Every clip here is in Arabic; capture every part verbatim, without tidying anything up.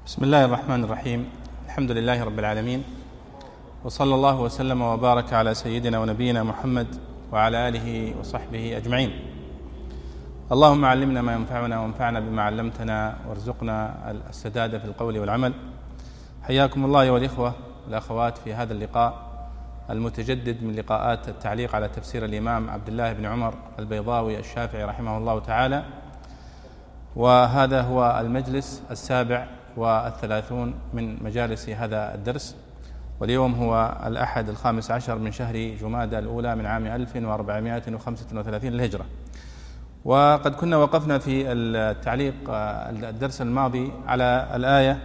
بسم الله الرحمن الرحيم. الحمد لله رب العالمين، وصلى الله وسلم وبارك على سيدنا ونبينا محمد وعلى آله وصحبه أجمعين. اللهم علمنا ما ينفعنا وانفعنا بما علمتنا وارزقنا السداد في القول والعمل. حياكم الله والإخوة والأخوات في هذا اللقاء المتجدد من لقاءات التعليق على تفسير الإمام عبد الله بن عمر البيضاوي الشافعي رحمه الله تعالى، وهذا هو المجلس السابع والثلاثون من مجالس هذا الدرس، واليوم هو الأحد الخامس عشر من شهر جمادى الأولى من عام ألف وأربعمائة وخمسة وثلاثين للهجرة. وقد كنا وقفنا في التعليق الدرس الماضي على الآية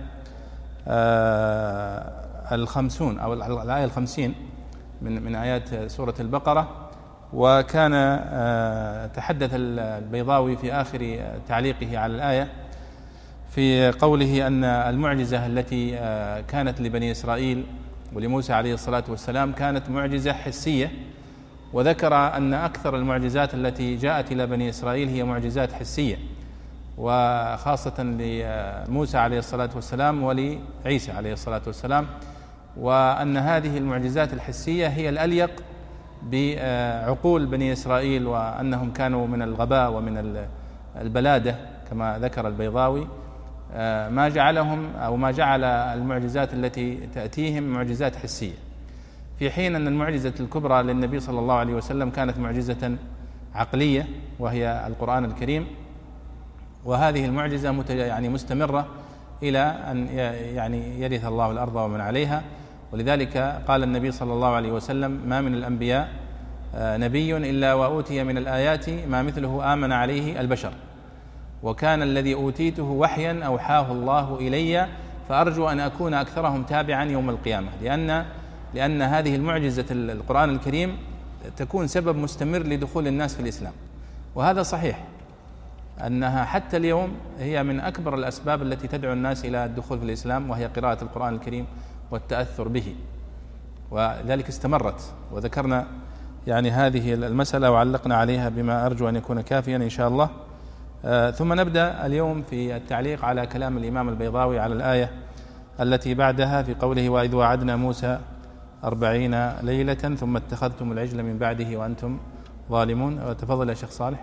الخمسون أو الآية الخمسين من من آيات سورة البقرة. وكان تحدث البيضاوي في آخر تعليقه على الآية في قوله أن المعجزة التي كانت لبني إسرائيل ولموسى عليه الصلاة والسلام كانت معجزة حسية، وذكر أن أكثر المعجزات التي جاءت إلى بني إسرائيل هي معجزات حسية، وخاصة لموسى عليه الصلاة والسلام ولعيسى عليه الصلاة والسلام، وأن هذه المعجزات الحسية هي الأليق بعقول بني إسرائيل، وأنهم كانوا من الغباء ومن البلادة كما ذكر البيضاوي، ما جعلهم أو ما جعل المعجزات التي تأتيهم معجزات حسية، في حين أن المعجزة الكبرى للنبي صلى الله عليه وسلم كانت معجزة عقلية وهي القرآن الكريم، وهذه المعجزة يعني مستمرة إلى أن يعني يرث الله الأرض ومن عليها. ولذلك قال النبي صلى الله عليه وسلم: ما من الأنبياء نبي إلا وأوتي من الآيات ما مثله آمن عليه البشر، وكان الذي أوتيته وحيا أوحاه الله إلي، فأرجو أن أكون أكثرهم تابعا يوم القيامة، لأن لأن هذه المعجزة القرآن الكريم تكون سبب مستمر لدخول الناس في الإسلام. وهذا صحيح أنها حتى اليوم هي من أكبر الأسباب التي تدعو الناس إلى الدخول في الإسلام، وهي قراءة القرآن الكريم والتأثر به، وذلك استمرت. وذكرنا يعني هذه المسألة وعلقنا عليها بما أرجو أن يكون كافيا إن شاء الله. آه ثم نبدأ اليوم في التعليق على كلام الإمام البيضاوي على الآية التي بعدها في قوله: وإذ وعدنا موسى أربعين ليلة ثم اتخذتم العجل من بعده وأنتم ظالمون. تفضل يا شيخ صالح.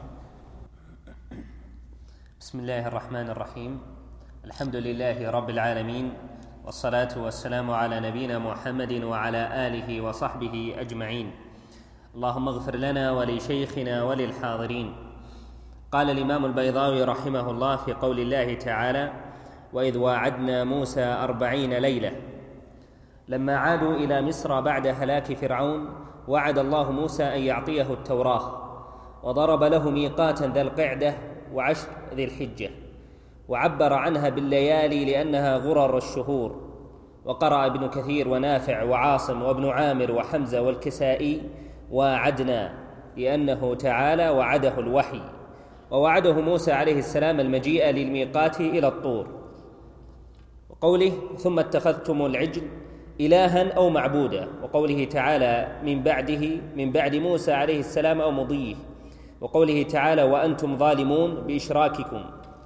بسم الله الرحمن الرحيم. الحمد لله رب العالمين، والصلاة والسلام على نبينا محمد وعلى آله وصحبه أجمعين. اللهم اغفر لنا ولشيخنا وللحاضرين. قال الإمام البيضاوي رحمه الله في قول الله تعالى: وإذ واعدنا موسى أربعين ليلة. لما عادوا إلى مصر بعد هلاك فرعون، وعد الله موسى أن يعطيه التوراة، وضرب له ميقاتا ذا القعدة وعشر ذي الحجة، وعبر عنها بالليالي لأنها غرر الشهور. وقرأ ابن كثير ونافع وعاصم وابن عامر وحمزة والكسائي: واعدنا، لأنه تعالى وعده الوحي، ووعده موسى عليه السلام المجيء للميقات إلى الطور. وقوله: ثم اتخذتم العجل إلها أو معبودا، وقوله تعالى: من بعده من بعد موسى عليه السلام أو مضيه، وقوله تعالى: وأنتم ظالمون بإشراككم.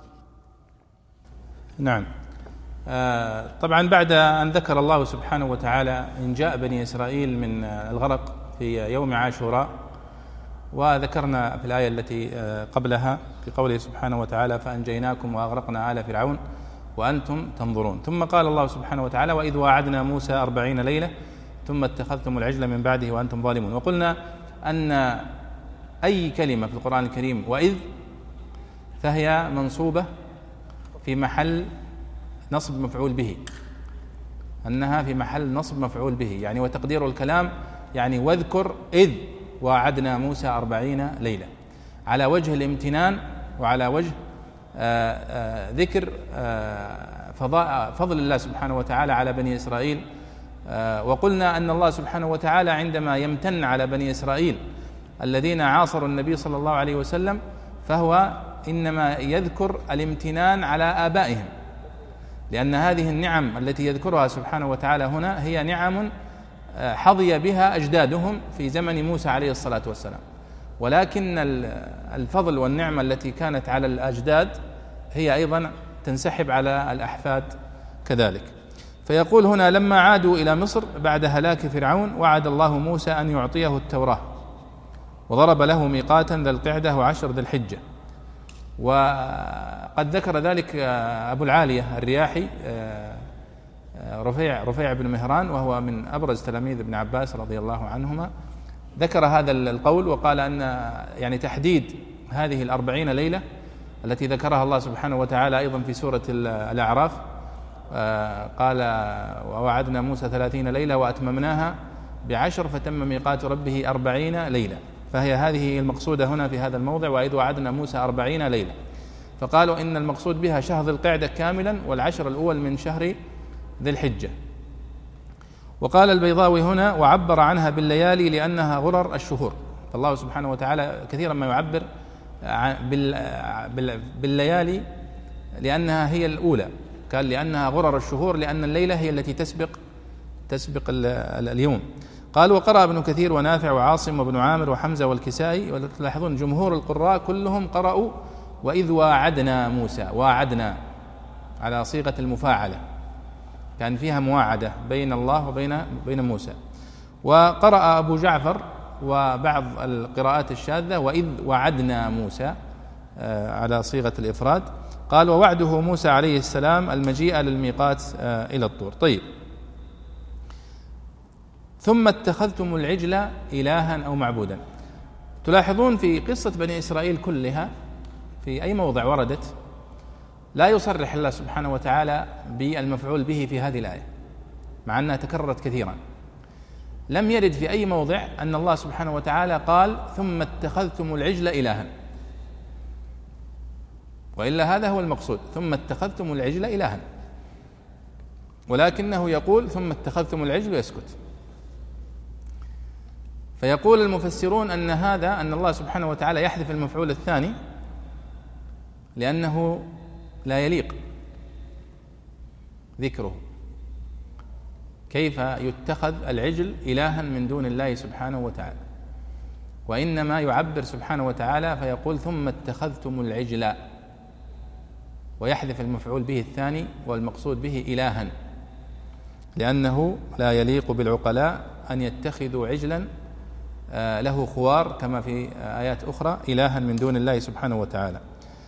نعم. آه طبعا بعد أن ذكر الله سبحانه وتعالى إنجاء بني إسرائيل من الغرق في يوم عاشوراء، وذكرنا في الآية التي قبلها في قوله سبحانه وتعالى: فأنجيناكم وأغرقنا آل فرعون وأنتم تنظرون. ثم قال الله سبحانه وتعالى: وإذ واعدنا موسى أربعين ليلة ثم اتخذتم العجل من بعده وأنتم ظالمون. وقلنا أن أي كلمة في القرآن الكريم وإذ فهي منصوبة في محل نصب مفعول به، أنها في محل نصب مفعول به يعني، وتقدير الكلام يعني واذكر إذ واعدنا موسى أربعين ليلة، على وجه الامتنان وعلى وجه آآ آآ ذكر فضل الله سبحانه وتعالى على بني إسرائيل. وقلنا أن الله سبحانه وتعالى عندما يمتن على بني إسرائيل الذين عاصروا النبي صلى الله عليه وسلم، فهو إنما يذكر الامتنان على آبائهم، لأن هذه النعم التي يذكرها سبحانه وتعالى هنا هي نعم حظي بها أجدادهم في زمن موسى عليه الصلاة والسلام، ولكن الفضل والنعمة التي كانت على الأجداد هي أيضا تنسحب على الأحفاد كذلك. فيقول هنا: لما عادوا إلى مصر بعد هلاك فرعون وعد الله موسى أن يعطيه التوراة، وضرب له ميقاتا ذا القعدة وعشر ذي الحجة. وقد ذكر ذلك أبو العالية الرياحي رفيع رفيع بن مهران، وهو من أبرز تلاميذ ابن عباس رضي الله عنهما، ذكر هذا القول وقال أن يعني تحديد هذه الأربعين ليلة التي ذكرها الله سبحانه وتعالى أيضا في سورة الأعراف، قال: ووعدنا موسى ثلاثين ليلة وأتممناها بعشر فتم ميقات ربه أربعين ليلة. فهي هذه المقصودة هنا في هذا الموضع: وإذ وعدنا موسى أربعين ليلة. فقالوا إن المقصود بها شهر ذي القعدة كاملا والعشر الأول من شهر ذي الحجة. وقال البيضاوي هنا: وعبر عنها بالليالي لأنها غرر الشهور. فالله سبحانه وتعالى كثيرا ما يعبر بالليالي لأنها هي الأولى، قال لأنها غرر الشهور، لأن الليلة هي التي تسبق تسبق اليوم. قال: وقرأ ابن كثير ونافع وعاصم وابن عامر وحمزة والكسائي. وتلاحظون جمهور القراء كلهم قرأوا وإذ واعدنا موسى، واعدنا على صيغة المفاعلة، كان فيها مواعدة بين الله وبين بين موسى. وقرأ أبو جعفر وبعض القراءات الشاذة وإذ وعدنا موسى على صيغة الإفراد. قال: ووعده موسى عليه السلام المجيء للميقات إلى الطور. طيب، ثم اتخذتم العجل إلها أو معبودا. تلاحظون في قصة بني إسرائيل كلها في أي موضع وردت لا يصرح الله سبحانه وتعالى بالمفعول به في هذه الآية، مع أنها تكررت كثيرا. لم يرد في أي موضع أن الله سبحانه وتعالى قال: ثم اتخذتم العجل إلها، وإلا هذا هو المقصود، ثم اتخذتم العجل إلها، ولكنه يقول: ثم اتخذتم العجل ويسكت. فيقول المفسرون أن هذا أن الله سبحانه وتعالى يحذف المفعول الثاني لأنه لا يليق ذكره. كيف يتخذ العجل إلها من دون الله سبحانه وتعالى؟ وإنما يعبر سبحانه وتعالى فيقول: ثم اتخذتم العجل، ويحذف المفعول به الثاني والمقصود به إلها، لأنه لا يليق بالعقلاء أن يتخذوا عجلا له خوار كما في آيات أخرى إلها من دون الله سبحانه وتعالى.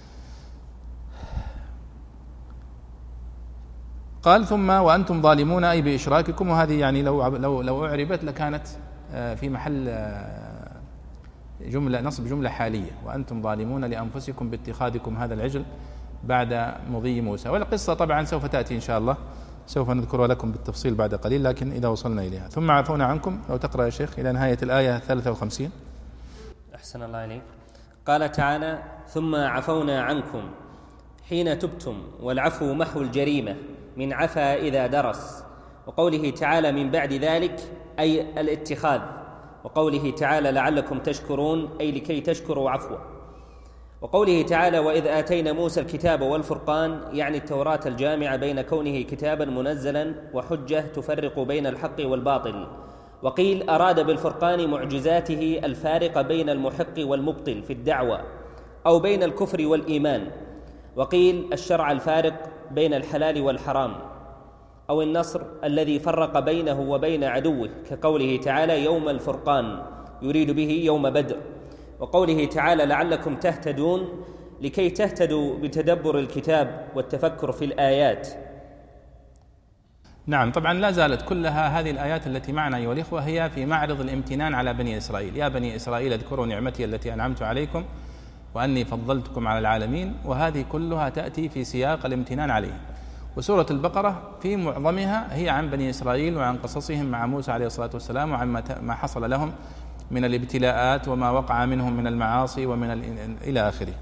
قال: ثم وأنتم ظالمون أي بإشراككم. وهذه يعني لو لو لو أعربت لكانت في محل جملة نصب جملة حالية: وأنتم ظالمون لأنفسكم باتخاذكم هذا العجل بعد مضي موسى. والقصة طبعا سوف تأتي إن شاء الله، سوف نذكرها لكم بالتفصيل بعد قليل، لكن إذا وصلنا إليها. ثم عفونا عنكم. لو تقرأ يا شيخ إلى نهاية الآية الثالثة والخمسين. أحسن الله عليك. قال تعالى: ثم عفونا عنكم حين تبتم، والعفو محو الجريمة من عفا إذا درس. وقوله تعالى: من بعد ذلك أي الاتخاذ. وقوله تعالى: لعلكم تشكرون أي لكي تشكروا عفوا. وقوله تعالى: وإذ آتينا موسى الكتاب والفرقان، يعني التوراة الجامعة بين كونه كتابا منزلا وحجة تفرق بين الحق والباطل. وقيل أراد بالفرقان معجزاته الفارقة بين المحق والمبطل في الدعوة، أو بين الكفر والإيمان. وقيل الشرع الفارق بين الحلال والحرام، أو النصر الذي فرق بينه وبين عدوه، كقوله تعالى: يوم الفرقان، يريد به يوم بدر. وقوله تعالى: لعلكم تهتدون، لكي تهتدوا بتدبر الكتاب والتفكر في الآيات. نعم، طبعا لا زالت كلها هذه الآيات التي معنا أيها الإخوة هي في معرض الامتنان على بني إسرائيل. يا بني إسرائيل اذكروا نعمتي التي أنعمت عليكم وأني فضلتكم على العالمين. وهذه كلها تأتي في سياق الامتنان عليه. وسورة البقرة في معظمها هي عن بني إسرائيل وعن قصصهم مع موسى عليه الصلاة والسلام، وعن ما حصل لهم من الابتلاءات وما وقع منهم من المعاصي ومن إلى آخره.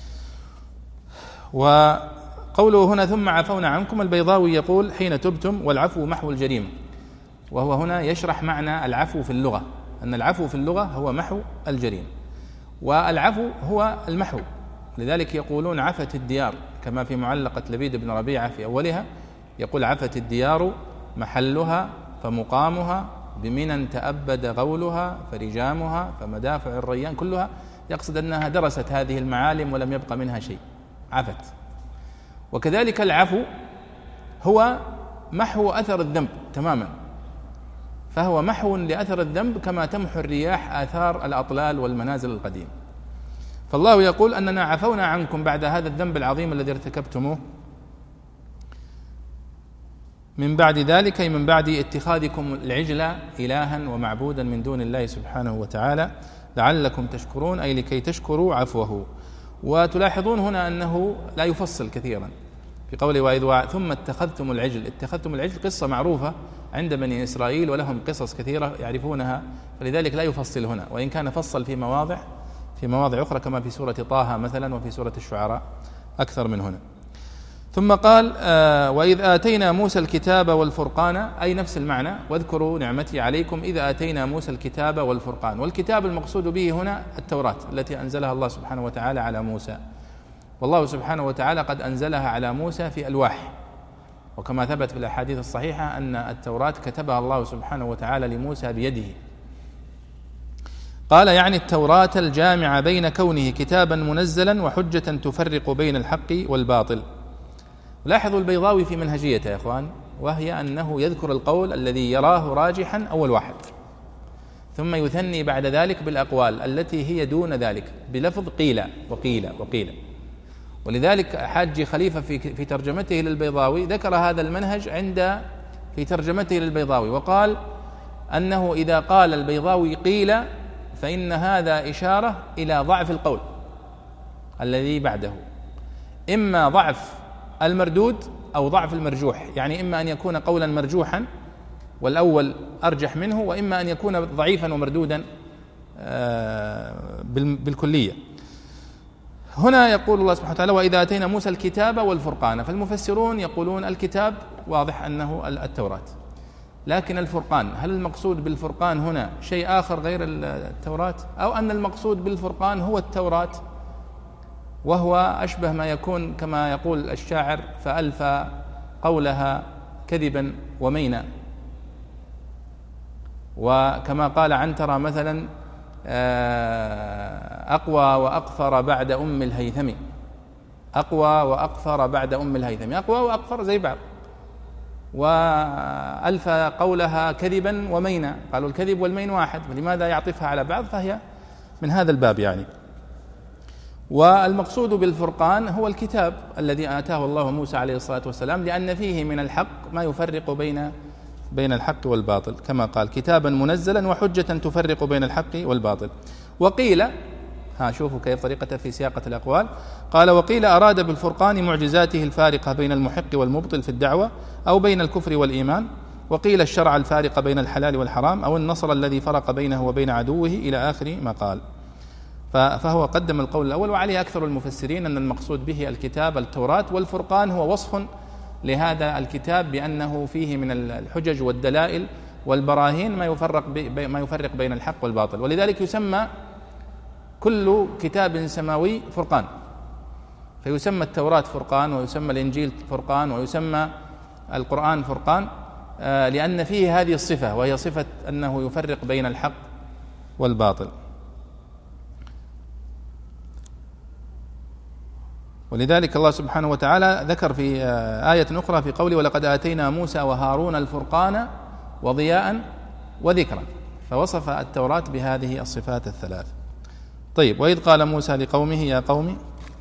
وقوله هنا: ثم عفونا عنكم، البيضاوي يقول: حين تبتم، والعفو محو الجريمة. وهو هنا يشرح معنى العفو في اللغة، أن العفو في اللغة هو محو الجريمة، والعفو هو المحو. لذلك يقولون عفت الديار، كما في معلقة لبيد بن ربيعة في أولها يقول: عفت الديار محلها فمقامها، بمنى تأبد غولها فرجامها فمدافع الريان. كلها يقصد أنها درست هذه المعالم ولم يبق منها شيء، عفت. وكذلك العفو هو محو أثر الذنب تماما، فهو محو لأثر الذنب كما تمحو الرياح آثار الأطلال والمنازل القديمة. فالله يقول أننا عفونا عنكم بعد هذا الذنب العظيم الذي ارتكبتموه من بعد ذلك، أي من بعد اتخاذكم العجل إلها ومعبودا من دون الله سبحانه وتعالى لعلكم تشكرون، أي لكي تشكروا عفوه. وتلاحظون هنا أنه لا يفصل كثيرا في قوله وإذ ثم اتخذتم العجل. اتخذتم العجل قصة معروفة عند بني إسرائيل ولهم قصص كثيرة يعرفونها، فلذلك لا يفصل هنا، وإن كان فصل في مواضع في مواضع أخرى كما في سورة طه مثلا وفي سورة الشعراء أكثر من هنا. ثم قال آه وإذ آتينا موسى الكتاب والفرقان، أي نفس المعنى، واذكروا نعمتي عليكم إذ آتينا موسى الكتاب والفرقان. والكتاب المقصود به هنا التوراة التي أنزلها الله سبحانه وتعالى على موسى، والله سبحانه وتعالى قد أنزلها على موسى في ألواح، وكما ثبت في الأحاديث الصحيحة أن التوراة كتبها الله سبحانه وتعالى لموسى بيده. قال يعني التوراة الجامعة بين كونه كتابا منزلا وحجة تفرق بين الحق والباطل. لاحظوا البيضاوي في منهجيته يا إخوان، وهي أنه يذكر القول الذي يراه راجحا أول واحد، ثم يثني بعد ذلك بالأقوال التي هي دون ذلك بلفظ قيل وقيل وقيل. ولذلك حاج خليفة في في ترجمته للبيضاوي ذكر هذا المنهج عند في ترجمته للبيضاوي، وقال أنه إذا قال البيضاوي قيل فإن هذا إشارة إلى ضعف القول الذي بعده، إما ضعف المردود أو ضعف المرجوح، يعني إما أن يكون قولا مرجوحا والأول أرجح منه، وإما أن يكون ضعيفا ومردودا بالكلية. هنا يقول الله سبحانه وتعالى وإذا آتينا موسى الكتاب والفرقان، فالمفسرون يقولون الكتاب واضح أنه التوراة، لكن الفرقان، هل المقصود بالفرقان هنا شيء آخر غير التوراة، أو أن المقصود بالفرقان هو التوراة وهو أشبه ما يكون كما يقول الشاعر فألفى قولها كذبا ومينا، وكما قال عنترة مثلا أقوى وأقفر بعد أم الهيثم، أقوى وأقفر بعد أم الهيثم، أقوى وأقفر زي بعض، وألفى قولها كذبا ومينا، قالوا الكذب والمين واحد، فلماذا يعطفها على بعض؟ فهي من هذا الباب يعني. والمقصود بالفرقان هو الكتاب الذي آتاه الله موسى عليه الصلاة والسلام، لأن فيه من الحق ما يفرق بين بين الحق والباطل، كما قال كتابا منزلا وحجة تفرق بين الحق والباطل. وقيل، ها شوفوا كيف طريقته في سياقة الأقوال، قال وقيل أراد بالفرقان معجزاته الفارقة بين المحق والمبطل في الدعوة، أو بين الكفر والإيمان. وقيل الشرع الفارق بين الحلال والحرام، أو النصر الذي فرق بينه وبين عدوه، إلى آخر ما قال. فهو قدم القول الأول، وعليه أكثر المفسرين أن المقصود به الكتاب التوراة، والفرقان هو وصف لهذا الكتاب بأنه فيه من الحجج والدلائل والبراهين ما يفرق ما يفرق بين الحق والباطل. ولذلك يسمى كل كتاب سماوي فرقان، فيسمى التوراة فرقان، ويسمى الإنجيل فرقان، ويسمى القرآن فرقان، لأن فيه هذه الصفة، وهي صفة أنه يفرق بين الحق والباطل. ولذلك الله سبحانه وتعالى ذكر في آية أخرى في قوله ولقد آتينا موسى وهارون الفرقان وضياء وذكرا، فوصف التوراة بهذه الصفات الثلاث. طيب، وإذ قال موسى لقومه يا قوم.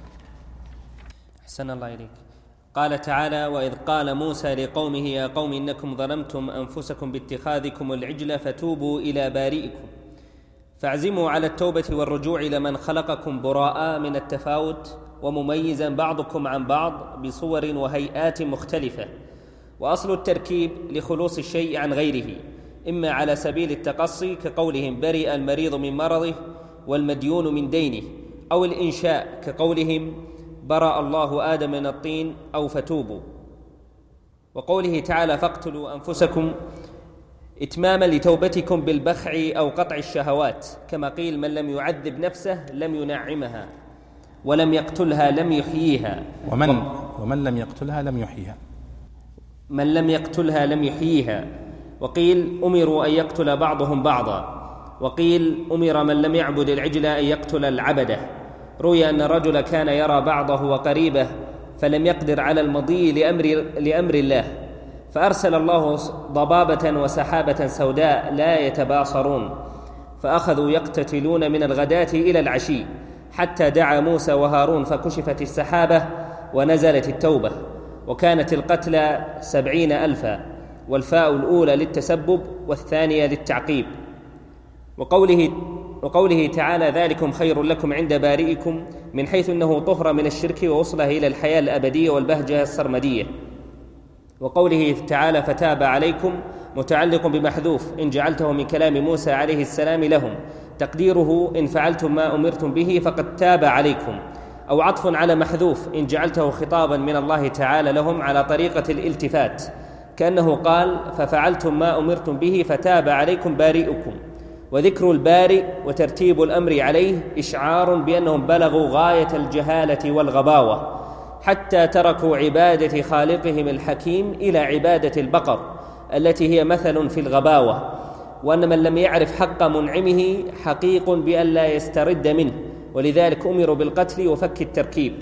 أحسن الله إليك. قال تعالى وإذ قال موسى لقومه يا قوم إنكم ظلمتم أنفسكم باتخاذكم العجل فتوبوا إلى بارئكم فاعزموا على التوبة والرجوع لمن خلقكم براء من التفاوت ومميزا بعضكم عن بعض بصور وهيئات مختلفة. وأصل التركيب لخلوص الشيء عن غيره، إما على سبيل التقصي كقولهم برئ المريض من مرضه والمديون من دينه، أو الإنشاء كقولهم برأ الله آدم من الطين، أو فتوبوا. وقوله تعالى فاقتلوا أنفسكم إتماما لتوبتكم بالبخع أو قطع الشهوات، كما قيل من لم يعذب نفسه لم ينعمها، ولم يقتلها لم يحييها. ومن, ومن لم يقتلها لم يحييها من لم يقتلها لم يحييها. وقيل أمروا أن يقتل بعضهم بعضا. وقيل أمر من لم يعبد العجل أن يقتل العبده. روي أن الرجل كان يرى بعضه وقريبه فلم يقدر على المضي لأمر, لأمر الله، فأرسل الله ضبابة وسحابة سوداء لا يتباصرون، فأخذوا يقتتلون من الغداة إلى العشي، حتى دعا موسى وهارون فكشفت السحابة ونزلت التوبة، وكانت القتلى سبعين ألفا، والفاء الأولى للتسبب والثانية للتعقيب. وقوله, وقوله تعالى ذلكم خير لكم عند بارئكم، من حيث أنه طهر من الشرك ووصله إلى الحياة الأبدية والبهجة السرمدية. وقوله تعالى فتاب عليكم متعلق بمحذوف إن جعلته من كلام موسى عليه السلام لهم، تقديره إن فعلتم ما أمرتم به فقد تاب عليكم، أو عطف على محذوف إن جعلته خطابا من الله تعالى لهم على طريقة الالتفات، كأنه قال ففعلتم ما أمرتم به فتاب عليكم بارئكم. وذكر البارئ وترتيب الأمر عليه إشعار بأنهم بلغوا غاية الجهالة والغباوة، حتى تركوا عبادة خالقهم الحكيم إلى عبادة البقر التي هي مثل في الغباوة، وأن من لم يعرف حق منعمه حقيق بأن لا يسترد منه، ولذلك أمروا بالقتل وفك التركيب.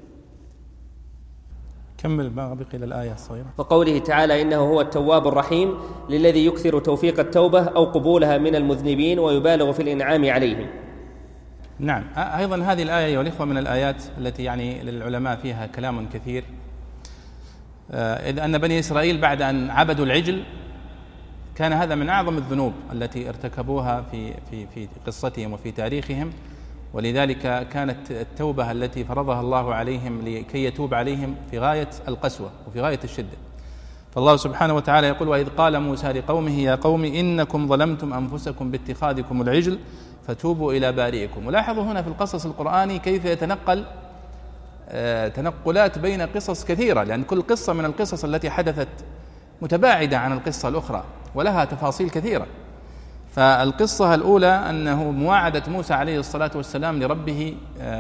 كمل ما بقي إلى الآية الصغيرة. وقوله تعالى إنه هو التواب الرحيم للذي يكثر توفيق التوبة أو قبولها من المذنبين ويبالغ في الإنعام عليهم. نعم، أيضا هذه الآية أيها الإخوة من الآيات التي يعني للعلماء فيها كلام كثير، إذ أن بني إسرائيل بعد أن عبدوا العجل كان هذا من أعظم الذنوب التي ارتكبوها في في في قصتهم وفي تاريخهم، ولذلك كانت التوبة التي فرضها الله عليهم لكي يتوب عليهم في غاية القسوة وفي غاية الشدة. فالله سبحانه وتعالى يقول وإذ قال موسى لقومه يا قوم إنكم ظلمتم أنفسكم باتخاذكم العجل فتوبوا إلى بارئكم. ولاحظوا هنا في القصص القرآني كيف يتنقل تنقلات بين قصص كثيرة، لأن كل قصة من القصص التي حدثت متباعدة عن القصة الأخرى ولها تفاصيل كثيرة. فالقصة الأولى أنه مواعدة موسى عليه الصلاة والسلام لربه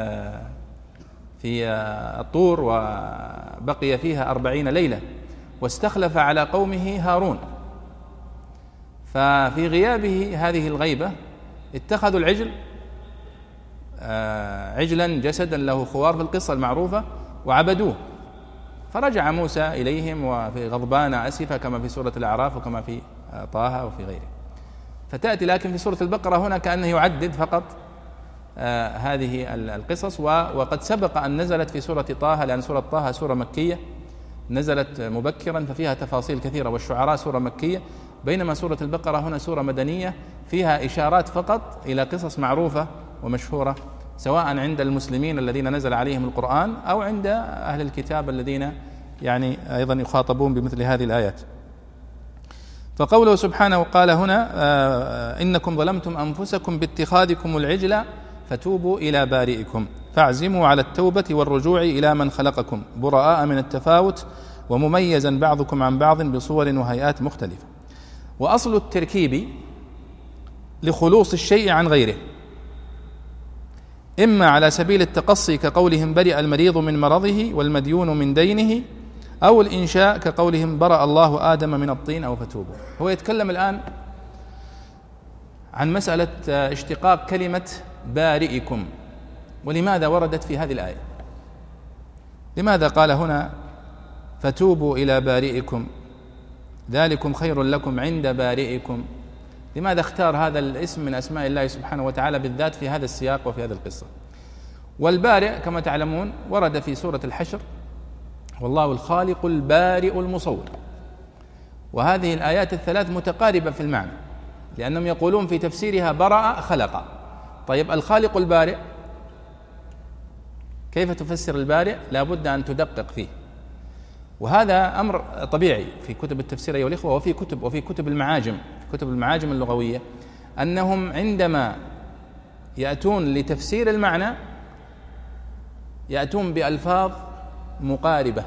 في الطور، وبقي فيها أربعين ليلة، واستخلف على قومه هارون، ففي غيابه هذه الغيبة اتخذوا العجل عجلا جسدا له خوار في القصة المعروفة وعبدوه، فرجع موسى إليهم وفي غضبان أسفة كما في سورة الأعراف وكما في طه وفي غيره. فتأتي لكن في سورة البقرة هنا كأنه يعدد فقط آه هذه القصص، وقد سبق أن نزلت في سورة طه، لأن سورة طه سورة مكية نزلت مبكرا ففيها تفاصيل كثيرة، والشعراء سورة مكية، بينما سورة البقرة هنا سورة مدنية فيها إشارات فقط إلى قصص معروفة ومشهورة سواء عند المسلمين الذين نزل عليهم القرآن أو عند أهل الكتاب الذين يعني أيضا يخاطبون بمثل هذه الآيات. فقوله سبحانه قال هنا آه إنكم ظلمتم أنفسكم باتخاذكم العجل فتوبوا إلى بارئكم فاعزموا على التوبة والرجوع إلى من خلقكم براء من التفاوت ومميزا بعضكم عن بعض بصور وهيئات مختلفة. وأصل التركيب لخلوص الشيء عن غيره، إما على سبيل التقصي كقولهم برئ المريض من مرضه والمديون من دينه، أو الإنشاء كقولهم برأ الله آدم من الطين أو فتوبوا. هو يتكلم الآن عن مسألة اشتقاق كلمة بارئكم، ولماذا وردت في هذه الآية، لماذا قال هنا فتوبوا إلى بارئكم ذلكم خير لكم عند بارئكم، لماذا اختار هذا الاسم من أسماء الله سبحانه وتعالى بالذات في هذا السياق وفي هذه القصة. والبارئ كما تعلمون ورد في سورة الحشر والله الخالق البارئ المصور، وهذه الآيات الثلاث متقاربة في المعنى، لأنهم يقولون في تفسيرها برأ خلق. طيب الخالق البارئ كيف تفسر البارئ؟ لا بد أن تدقق فيه، وهذا أمر طبيعي في كتب التفسير أيها الإخوة، وفي كتب وفي كتب المعاجم في كتب المعاجم اللغوية، أنهم عندما يأتون لتفسير المعنى يأتون بألفاظ مقاربة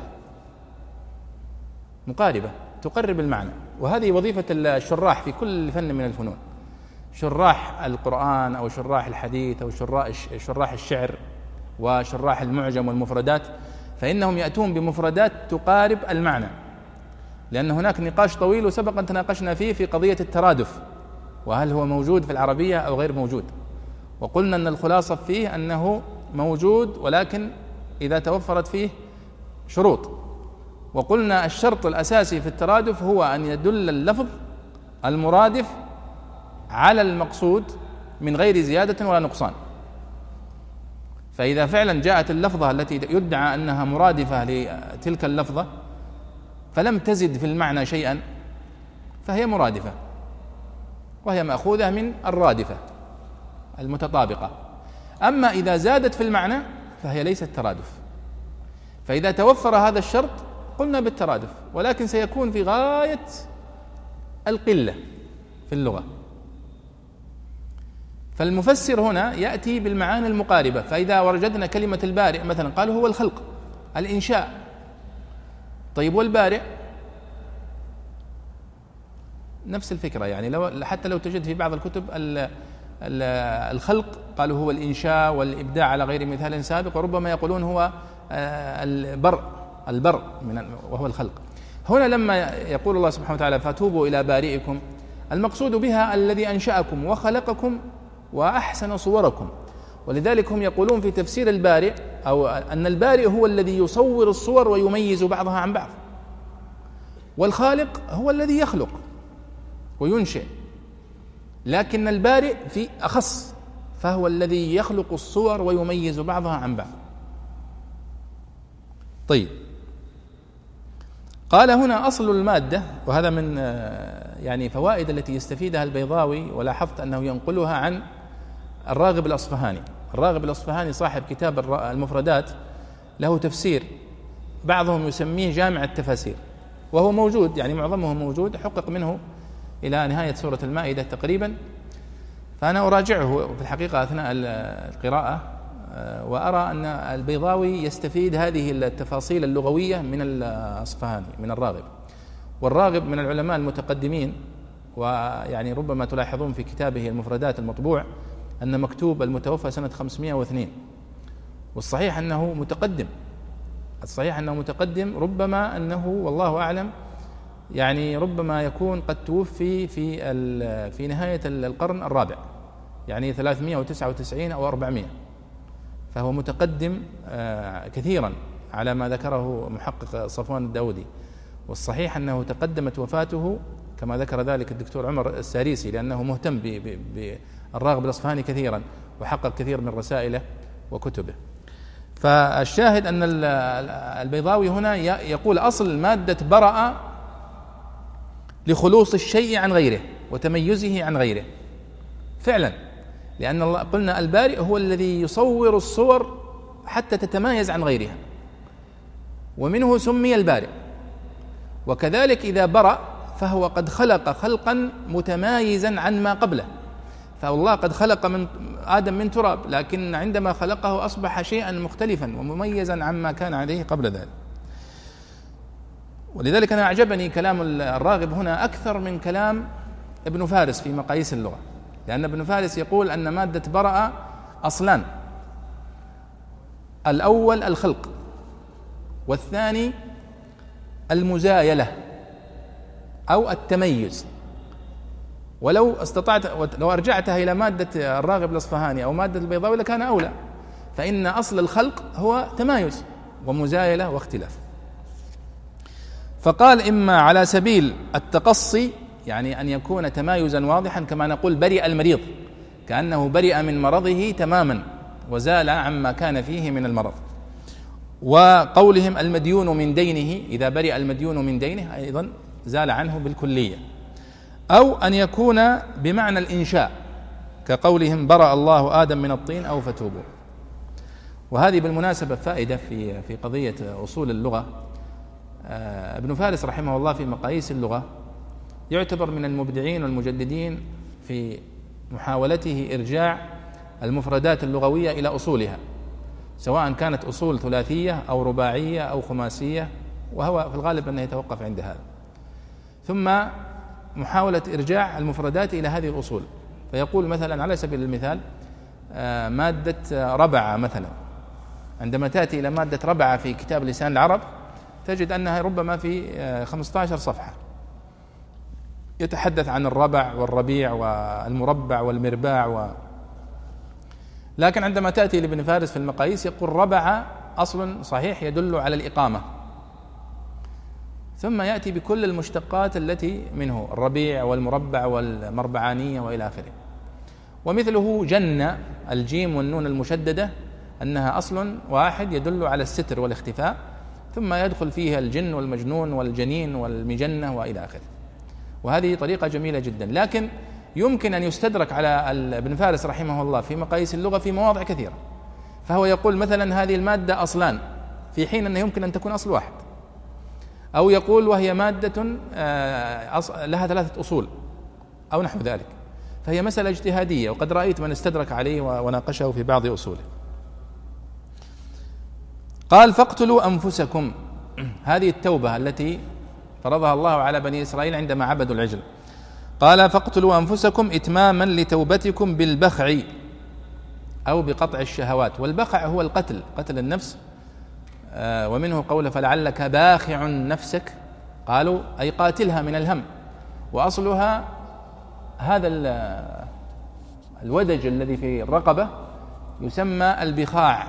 مقاربة تقرب المعنى، وهذه وظيفة الشراح في كل فن من الفنون، شراح القرآن أو شراح الحديث أو شراح الشعر وشراح المعجم والمفردات، فإنهم يأتون بمفردات تقارب المعنى، لأن هناك نقاش طويل وسبق أن تناقشنا فيه في قضية الترادف، وهل هو موجود في العربية أو غير موجود، وقلنا أن الخلاصة فيه أنه موجود، ولكن إذا توفرت فيه شروط، وقلنا الشرط الأساسي في الترادف هو أن يدل اللفظ المرادف على المقصود من غير زيادة ولا نقصان. فإذا فعلا جاءت اللفظة التي يدعى أنها مرادفة لتلك اللفظة فلم تزد في المعنى شيئا فهي مرادفة، وهي مأخوذة من الرادفة المتطابقة. أما إذا زادت في المعنى فهي ليست ترادف. فإذا توفر هذا الشرط قلنا بالترادف، ولكن سيكون في غاية القلة في اللغة. فالمفسر هنا يأتي بالمعاني المقاربة. فإذا وجدنا كلمة البارئ مثلا قالوا هو الخلق، الإنشاء. طيب والبارئ نفس الفكرة، يعني لو حتى لو تجد في بعض الكتب الخلق قالوا هو الإنشاء والإبداع على غير مثال سابق، وربما يقولون هو البر البر من وهو الخلق. هنا لما يقول الله سبحانه وتعالى فتوبوا إلى بارئكم، المقصود بها الذي أنشأكم وخلقكم وأحسن صوركم. ولذلك هم يقولون في تفسير البارئ أو أن البارئ هو الذي يصور الصور ويميز بعضها عن بعض، والخالق هو الذي يخلق وينشئ، لكن البارئ في أخص، فهو الذي يخلق الصور ويميز بعضها عن بعض. طيب، قال هنا أصل المادة، وهذا من يعني فوائد التي يستفيدها البيضاوي، ولاحظت أنه ينقلها عن الراغب الأصفهاني. الراغب الأصفهاني صاحب كتاب المفردات له تفسير بعضهم يسميه جامع التفاسير، وهو موجود، يعني معظمه موجود، حقق منه إلى نهاية سورة المائدة تقريبا. فأنا أراجعه في الحقيقة أثناء القراءة، وأرى أن البيضاوي يستفيد هذه التفاصيل اللغوية من الأصفهاني من الراغب. والراغب من العلماء المتقدمين، ويعني ربما تلاحظون في كتابه المفردات المطبوع أن مكتوب المتوفى سنة خمسمائة واثنين، والصحيح أنه متقدم، الصحيح أنه متقدم، ربما أنه والله أعلم يعني ربما يكون قد توفي في في نهاية القرن الرابع، يعني ثلاثمائة وتسعة وتسعين أو أربعمائة، فهو متقدم كثيرا على ما ذكره محقق صفوان الداودي. والصحيح أنه تقدمت وفاته كما ذكر ذلك الدكتور عمر الساريسي، لأنه مهتم بالراغب الأصفهاني كثيرا وحقق كثير من رسائله وكتبه. فالشاهد أن البيضاوي هنا يقول أصل مادة برأ لخلوص الشيء عن غيره وتميزه عن غيره فعلا، لأن الله قلنا البارئ هو الذي يصور الصور حتى تتمايز عن غيرها، ومنه سمي البارئ. وكذلك إذا برأ فهو قد خلق خلقا متمايزا عن ما قبله. فالله قد خلق من آدم من تراب، لكن عندما خلقه أصبح شيئا مختلفا ومميزا عما كان عليه قبل ذلك. ولذلك أنا أعجبني كلام الراغب هنا أكثر من كلام ابن فارس في مقاييس اللغة، لأن ابن فارس يقول أن مادة برأ أصلان: الأول الخلق، والثاني المزايلة أو التميز. ولو استطعت لو أرجعتها إلى مادة الراغب الأصفهاني أو مادة البيضاوي لكان أولى، فإن أصل الخلق هو تمايز ومزايلة واختلاف. فقال إما على سبيل التقصي، يعني أن يكون تمايزا واضحا، كما نقول برئ المريض، كأنه برئ من مرضه تماما وزال عما كان فيه من المرض. وقولهم المديون من دينه، إذا برئ المديون من دينه أيضا زال عنه بالكلية. أو أن يكون بمعنى الإنشاء، كقولهم برأ الله آدم من الطين أو فتوبوا. وهذه بالمناسبة فائدة في في قضية أصول اللغة. ابن فارس رحمه الله في مقاييس اللغة يعتبر من المبدعين والمجددين في محاولته إرجاع المفردات اللغوية إلى أصولها، سواء كانت أصول ثلاثية أو رباعية أو خماسية، وهو في الغالب أنه يتوقف عند هذا. ثم محاولة إرجاع المفردات إلى هذه الأصول، فيقول مثلا على سبيل المثال مادة ربع مثلا، عندما تأتي إلى مادة ربع في كتاب لسان العرب تجد أنها ربما في خمسة عشر صفحة يتحدث عن الربع والربيع والمربع والمرباع و... لكن عندما تأتي لابن فارس في المقاييس يقول ربع أصل صحيح يدل على الإقامة، ثم يأتي بكل المشتقات التي منه، الربيع والمربع والمربعانية وإلى آخره. ومثله جن، الجيم والنون المشددة أنها أصل واحد يدل على الستر والاختفاء، ثم يدخل فيها الجن والمجنون والجنين والمجنة وإلى آخره. وهذه طريقة جميلة جدا، لكن يمكن أن يستدرك على ابن فارس رحمه الله في مقاييس اللغة في مواضع كثيرة. فهو يقول مثلا هذه المادة أصلان، في حين أنه يمكن أن تكون أصل واحد، أو يقول وهي مادة لها ثلاثة أصول أو نحو ذلك. فهي مسألة اجتهادية، وقد رأيت من استدرك عليه وناقشه في بعض أصوله. قال فاقتلوا أنفسكم، هذه التوبة التي فرضها الله على بني إسرائيل عندما عبدوا العجل. قال فاقتلوا أنفسكم إتماما لتوبتكم بالبخع أو بقطع الشهوات. والبخع هو القتل، قتل النفس، ومنه قوله فلعلك باخع نفسك، قالوا أي قاتلها من الهم. وأصلها هذا الودج الذي في الرقبة يسمى البخاع،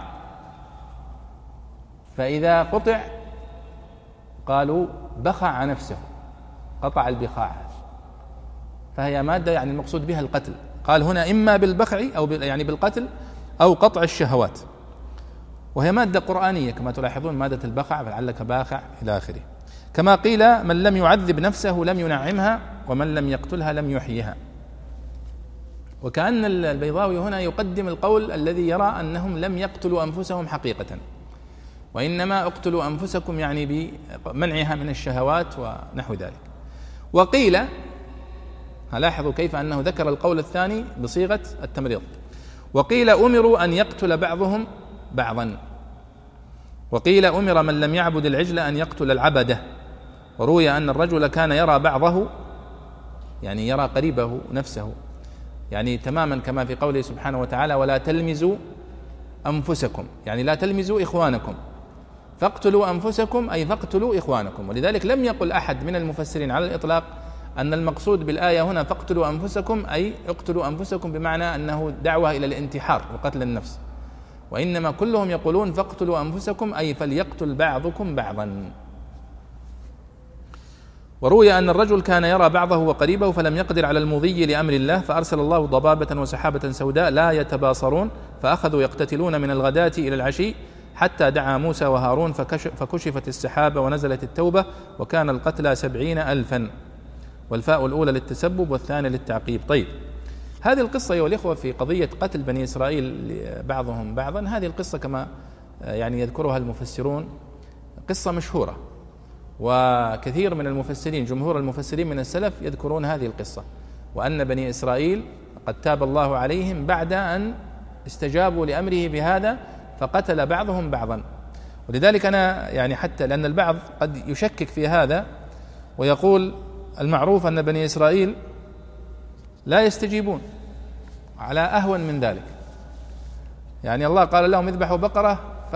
فإذا قطع قالوا بخع نفسه، قطع البخاع، فهي مادة يعني المقصود بها القتل. قال هنا إما بالبخع أو يعني بالقتل أو قطع الشهوات، وهي مادة قرآنية كما تلاحظون، مادة البخع فلعلك باخع إلى آخره. كما قيل من لم يعذب نفسه لم ينعمها، ومن لم يقتلها لم يحييها. وكأن البيضاوي هنا يقدم القول الذي يرى أنهم لم يقتلوا أنفسهم حقيقة، وإنما اقتلوا أنفسكم يعني بمنعها من الشهوات ونحو ذلك. وقيل، لاحظوا كيف أنه ذكر القول الثاني بصيغة التمريض، وقيل أمروا أن يقتل بعضهم بعضا، وقيل أمر من لم يعبد العجل أن يقتل العبدة. وروي أن الرجل كان يرى بعضه، يعني يرى قريبه نفسه، يعني تماما كما في قوله سبحانه وتعالى ولا تلمزوا أنفسكم، يعني لا تلمزوا إخوانكم، فاقتلوا أنفسكم أي فاقتلوا إخوانكم. ولذلك لم يقل أحد من المفسرين على الإطلاق أن المقصود بالآية هنا فاقتلوا أنفسكم أي اقتلوا أنفسكم بمعنى أنه دعوة إلى الانتحار وقتل النفس، وإنما كلهم يقولون فاقتلوا أنفسكم أي فليقتل بعضكم بعضا. وروي أن الرجل كان يرى بعضه وقريبه فلم يقدر على المضي لأمر الله، فأرسل الله ضبابة وسحابة سوداء لا يتباصرون، فأخذوا يقتتلون من الغداة إلى العشي، حتى دعا موسى وهارون فكشفت السحابة ونزلت التوبة، وكان القتلى سبعين ألفا. والفاء الأولى للتسبب والثانية للتعقيب. طيب، هذه القصة أيها الإخوة في قضية قتل بني إسرائيل بعضهم بعضا، هذه القصة كما يعني يذكرها المفسرون قصة مشهورة، وكثير من المفسرين جمهور المفسرين من السلف يذكرون هذه القصة، وأن بني إسرائيل قد تاب الله عليهم بعد أن استجابوا لأمره بهذا فقتل بعضهم بعضا. ولذلك أنا يعني حتى لأن البعض قد يشكك في هذا ويقول المعروف أن بني إسرائيل لا يستجيبون، على أهون من ذلك، يعني الله قال لهم اذبحوا بقرة ف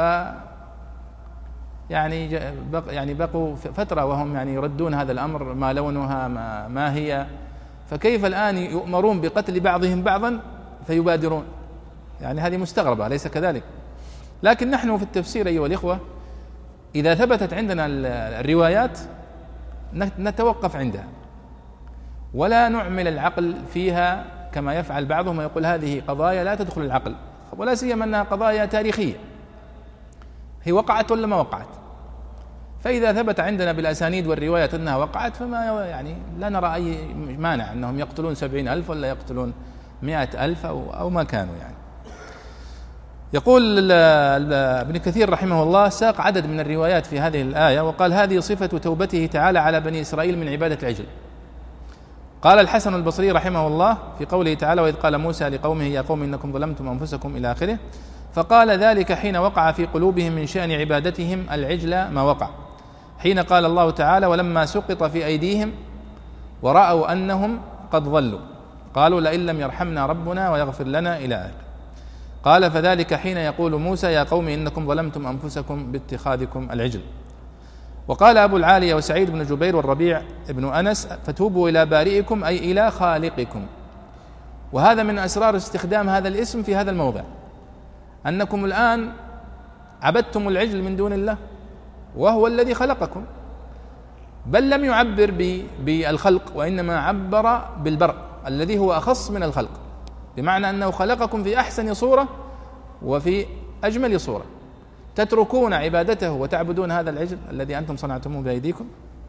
يعني يعني بقوا فترة وهم يعني يردون هذا الأمر، ما لونها ما, ما هي، فكيف الآن يؤمرون بقتل بعضهم بعضا فيبادرون؟ يعني هذه مستغربة، ليس كذلك؟ لكن نحن في التفسير أيها الإخوة إذا ثبتت عندنا الروايات نتوقف عندها ولا نعمل العقل فيها كما يفعل بعضهم ويقول هذه قضايا لا تدخل العقل، ولا سيما أنها قضايا تاريخية، هي وقعت ولا ما وقعت؟ فإذا ثبت عندنا بالأسانيد والروايات أنها وقعت فما يعني لا نرى أي مانع أنهم يقتلون سبعين ألف ولا يقتلون مئة ألف أو, أو ما كانوا. يعني يقول ابن كثير رحمه الله ساق عدد من الروايات في هذه الآية وقال هذه صفة توبته تعالى على بني إسرائيل من عبادة العجل. قال الحسن البصري رحمه الله في قوله تعالى وإذ قال موسى لقومه يا قوم إنكم ظلمتم أنفسكم إلى آخره، فقال ذلك حين وقع في قلوبهم من شأن عبادتهم العجل ما وقع، حين قال الله تعالى ولما سقط في أيديهم ورأوا أنهم قد ضلوا قالوا لئن لم يرحمنا ربنا ويغفر لنا إلى آخره. قال فذلك حين يقول موسى يا قوم إنكم ظلمتم أنفسكم باتخاذكم العجل. وقال أبو العالية وسعيد بن جبير والربيع بن أنس فتوبوا إلى بارئكم أي إلى خالقكم. وهذا من أسرار استخدام هذا الاسم في هذا الموضع، أنكم الآن عبدتم العجل من دون الله وهو الذي خلقكم، بل لم يعبر بالخلق، وإنما عبر بالبرء الذي هو أخص من الخلق، بمعنى أنه خلقكم في أحسن صورة وفي أجمل صورة، تتركون عبادته وتعبدون هذا العجل الذي أنتم صنعتموه بأيديكم.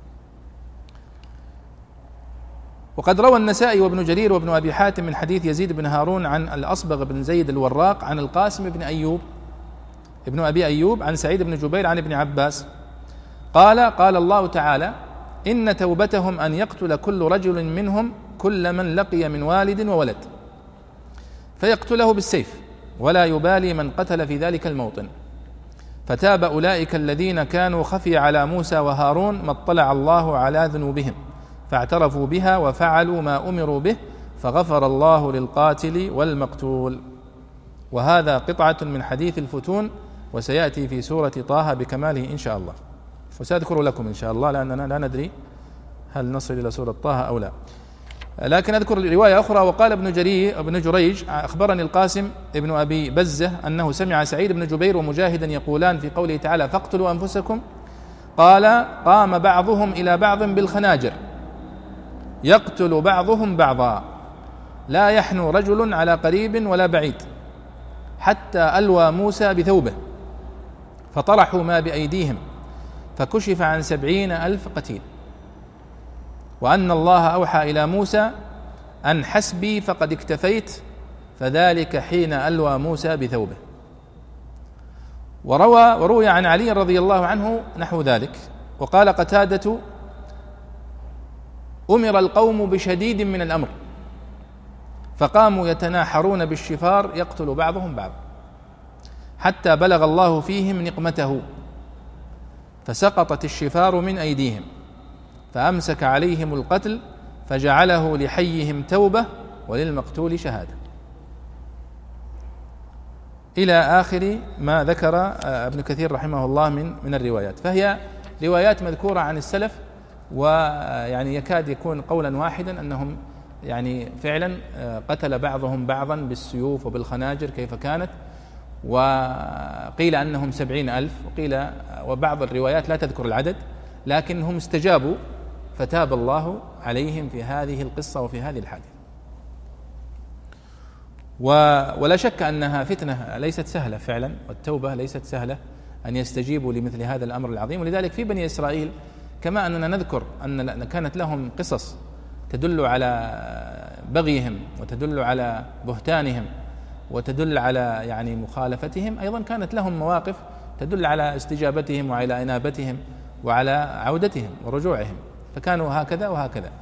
وقد روى النسائي وابن جرير وابن أبي حاتم من حديث يزيد بن هارون عن الأصبغ بن زيد الوراق عن القاسم بن أيوب ابن أبي أيوب عن سعيد بن جبير عن ابن عباس قال قال الله تعالى: إن توبتهم أن يقتل كل رجل منهم كل من لقي من والد وولد، فيقتله بالسيف ولا يبالي من قتل في ذلك الموطن. فتاب أولئك الذين كانوا خفي على موسى وهارون ما اطلع الله على ذنوبهم، فاعترفوا بها وفعلوا ما أمروا به، فغفر الله للقاتل والمقتول. وهذا قطعة من حديث الفتون، وسيأتي في سورة طه بكماله إن شاء الله، وسأذكر لكم إن شاء الله لأننا لا ندري هل نصل إلى سورة طه أو لا، لكن أذكر رواية أخرى. وقال ابن جرير ابن جريج: أخبرني القاسم ابن أبي بزة أنه سمع سعيد بن جبير ومجاهدا يقولان في قوله تعالى: فاقتلوا أنفسكم، قال: قام بعضهم إلى بعض بالخناجر يقتل بعضهم بعضا، لا يحنو رجل على قريب ولا بعيد، حتى ألوى موسى بثوبه فطرحوا ما بأيديهم، فكشف عن سبعين ألف قتيل. وأن الله أوحى إلى موسى أن حسبي فقد اكتفيت، فذلك حين ألوى موسى بثوبه. وروى وروي عن علي رضي الله عنه نحو ذلك. وقال قتادة: أمر القوم بشديد من الأمر، فقاموا يتناحرون بالشفار يقتل بعضهم بعض، حتى بلغ الله فيهم نقمته، فسقطت الشفار من أيديهم، فأمسك عليهم القتل، فجعله لحيهم توبة وللمقتول شهادة، إلى آخر ما ذكر ابن كثير رحمه الله من من الروايات. فهي روايات مذكورة عن السلف، ويعني يكاد يكون قولا واحدا أنهم يعني فعلا قتل بعضهم بعضا بالسيوف وبالخناجر كيف كانت، وقيل أنهم سبعين ألف، وقيل وبعض الروايات لا تذكر العدد، لكنهم استجابوا فتاب الله عليهم في هذه القصة وفي هذه الحادثة. ولا شك أنها فتنة ليست سهلة فعلا، والتوبة ليست سهلة أن يستجيبوا لمثل هذا الأمر العظيم. ولذلك في بني إسرائيل كما أننا نذكر أن كانت لهم قصص تدل على بغيهم وتدل على بهتانهم وتدل على يعني مخالفتهم، أيضا كانت لهم مواقف تدل على استجابتهم وعلى إنابتهم وعلى عودتهم ورجوعهم، فكانوا هكذا وهكذا.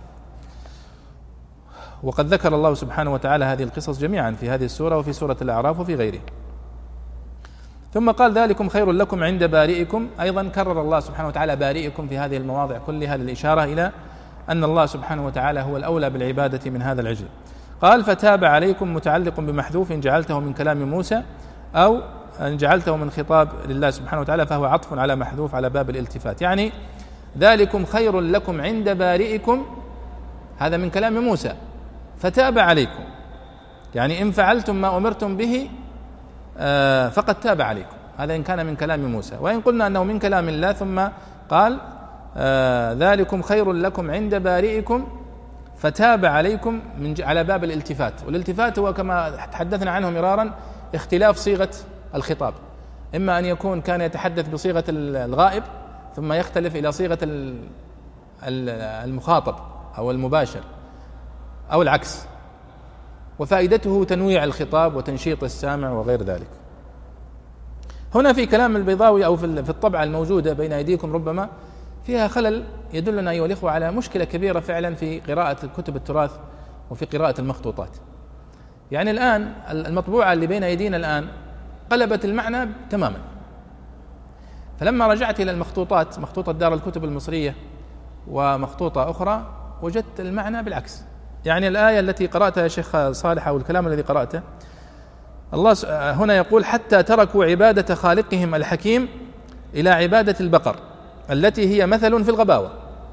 وقد ذكر الله سبحانه وتعالى هذه القصص جميعا في هذه السورة وفي سورة الأعراف وفي غيره. ثم قال: ذلكم خير لكم عند بارئكم. أيضا كرر الله سبحانه وتعالى بارئكم في هذه المواضع كلها للإشارة إلى أن الله سبحانه وتعالى هو الأولى بالعبادة من هذا العجل. قال: فتاب عليكم متعلق بمحذوف جعلته من كلام موسى، أو أن جعلته من خطاب لله سبحانه وتعالى، فهو عطف على محذوف على باب الالتفات. يعني ذلكم خير لكم عند بارئكم، هذا من كلام موسى، فتاب عليكم، يعني إن فعلتم ما أمرتم به فقد تاب عليكم، هذا إن كان من كلام موسى. وإن قلنا أنه من كلام الله ثم قال ذلكم خير لكم عند بارئكم فتاب عليكم من على باب الالتفات. والالتفات هو كما تحدثنا عنه مرارا اختلاف صيغة الخطاب، إما أن يكون كان يتحدث بصيغة الغائب ثم يختلف إلى صيغة المخاطب أو المباشر أو العكس، وفائدته تنويع الخطاب وتنشيط السامع وغير ذلك. هنا في كلام البيضاوي أو في الطبعة الموجودة بين أيديكم ربما فيها خلل يدلنا أيها الإخوة على مشكلة كبيرة فعلا في قراءة كتب التراث وفي قراءة المخطوطات. يعني الآن المطبوعة اللي بين أيدينا الآن قلبت المعنى تماما، فلما رجعت إلى المخطوطات، مخطوطة دار الكتب المصرية ومخطوطة أخرى، وجدت المعنى بالعكس. يعني الآية التي قرأتها يا شيخ صالح أو الكلام الذي قرأته، الله هنا يقول: حتى تركوا عبادة خالقهم الحكيم إلى عبادة البقر التي هي مثل في الغباوة،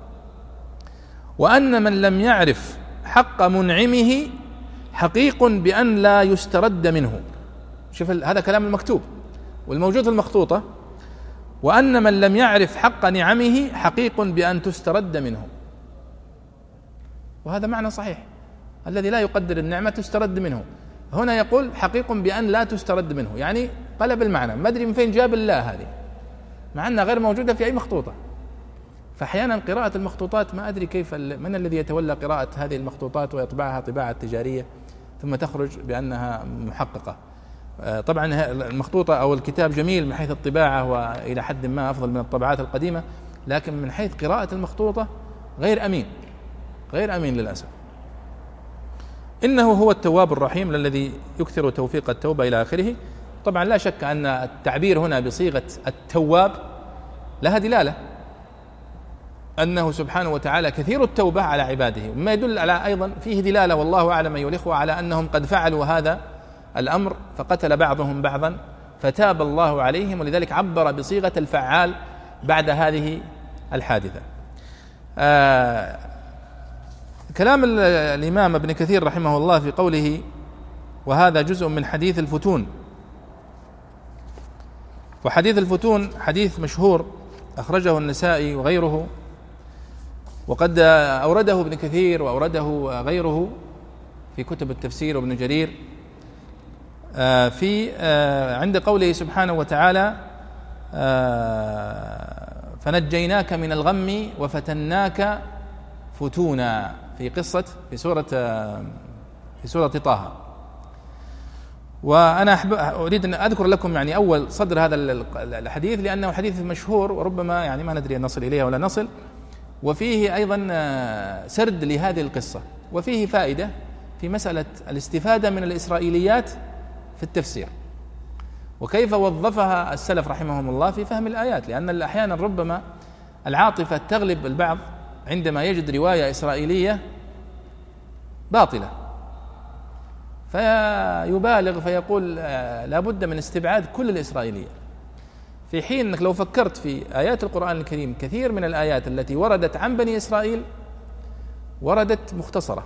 وأن من لم يعرف حق منعمه حقيق بأن لا يسترد منه. شوف هذا كلام المكتوب والموجود في المخطوطة. وأن من لم يعرف حق نعمه حقيق بأن تسترد منه. وهذا معنى صحيح، الذي لا يقدر النعمة تسترد منه. هنا يقول حقيق بأن لا تسترد منه، يعني قلب المعنى، ما أدري من فين جاب الله هذه، مع أنها غير موجودة في أي مخطوطة. فأحيانا قراءة المخطوطات ما أدري كيف من الذي يتولى قراءة هذه المخطوطات ويطبعها طباعة تجارية ثم تخرج بأنها محققة. طبعا المخطوطة أو الكتاب جميل من حيث الطباعة وإلى حد ما أفضل من الطبعات القديمة، لكن من حيث قراءة المخطوطة غير أمين، غير أمين للأسف. إنه هو التواب الرحيم الذي يكثر توفيق التوبة إلى آخره. طبعا لا شك أن التعبير هنا بصيغة التواب لها دلالة أنه سبحانه وتعالى كثير التوبة على عباده، وما يدل على أيضا فيه دلالة والله أعلم أيها الإخوة على أنهم قد فعلوا هذا الأمر فقتل بعضهم بعضا فتاب الله عليهم، ولذلك عبر بصيغة الفعال بعد هذه الحادثة. آه كلام الإمام ابن كثير رحمه الله في قوله وهذا جزء من حديث الفتون. وحديث الفتون حديث مشهور أخرجه النسائي وغيره، وقد أورده ابن كثير وأورده غيره في كتب التفسير وابن جرير في عند قوله سبحانه وتعالى فنجيناك من الغم وفتناك فتونا في قصة في سورة في سورة طه. وأنا أريد أن أذكر لكم يعني أول صدر هذا الحديث لأنه حديث مشهور وربما يعني ما ندري أن نصل إليه ولا نصل، وفيه أيضا سرد لهذه القصة، وفيه فائدة في مسألة الاستفادة من الإسرائيليات في التفسير وكيف وظفها السلف رحمهم الله في فهم الآيات، لأن أحيانا ربما العاطفة تغلب البعض عندما يجد رواية إسرائيلية باطلة فيبالغ فيقول لا بد من استبعاد كل الإسرائيلية، في حين أنك لو فكرت في آيات القرآن الكريم كثير من الآيات التي وردت عن بني إسرائيل وردت مختصرة،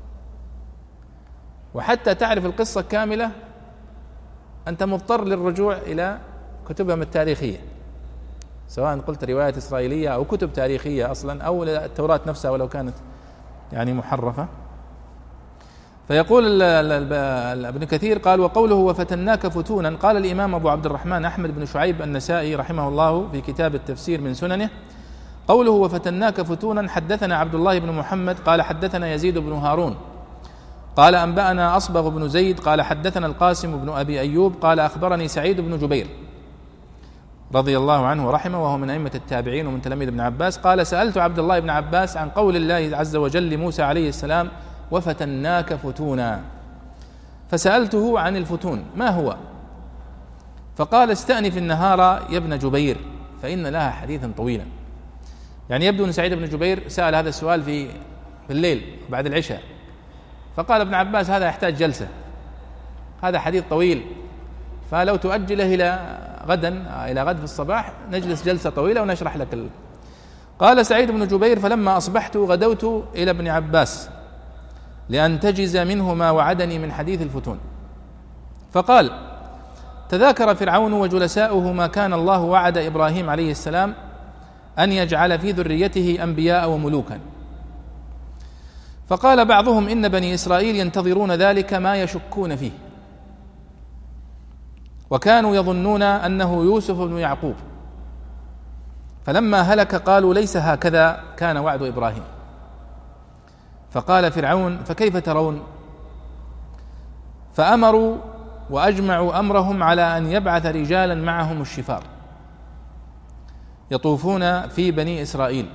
وحتى تعرف القصة كاملة أنت مضطر للرجوع إلى كتبهم التاريخية، سواء قلت رواية إسرائيلية أو كتب تاريخية أصلا أو التوراة نفسها ولو كانت يعني محرفة. فيقول ابن كثير قال وقوله وفتناك فتونا، قال الإمام أبو عبد الرحمن أحمد بن شعيب النسائي رحمه الله في كتاب التفسير من سننه قوله وفتناك فتونا حدثنا عبد الله بن محمد قال حدثنا يزيد بن هارون قال أنبأنا أصبغ بن زيد قال حدثنا القاسم بن أبي أيوب قال أخبرني سعيد بن جبير رضي الله عنه ورحمه وهو من أئمة التابعين ومن تلاميذ ابن عباس قال سألت عبد الله بن عباس عن قول الله عز وجل لموسى عليه السلام وفتناك فتونا، فسألته عن الفتون ما هو، فقال استأنف النهار يا ابن جبير فإن لها حديثا طويلا. يعني يبدو أن سعيد بن جبير سأل هذا السؤال في في الليل بعد العشاء، فقال ابن عباس هذا يحتاج جلسة، هذا حديث طويل، فلو تؤجله إلى غدا إلى غد في الصباح نجلس جلسة طويلة ونشرح لك ال... قال سعيد بن جبير فلما أصبحت غدوت إلى ابن عباس لأنتجز منه ما وعدني من حديث الفتون، فقال تذاكر فرعون وجلساؤه ما كان الله وعد إبراهيم عليه السلام أن يجعل في ذريته أنبياء وملوكا، فقال بعضهم إن بني إسرائيل ينتظرون ذلك ما يشكون فيه، وكانوا يظنون أنه يوسف بن يعقوب، فلما هلك قالوا ليس هكذا كان وعد إبراهيم. فقال فرعون فكيف ترون؟ فأمروا وأجمعوا أمرهم على أن يبعث رجالا معهم الشفار يطوفون في بني إسرائيل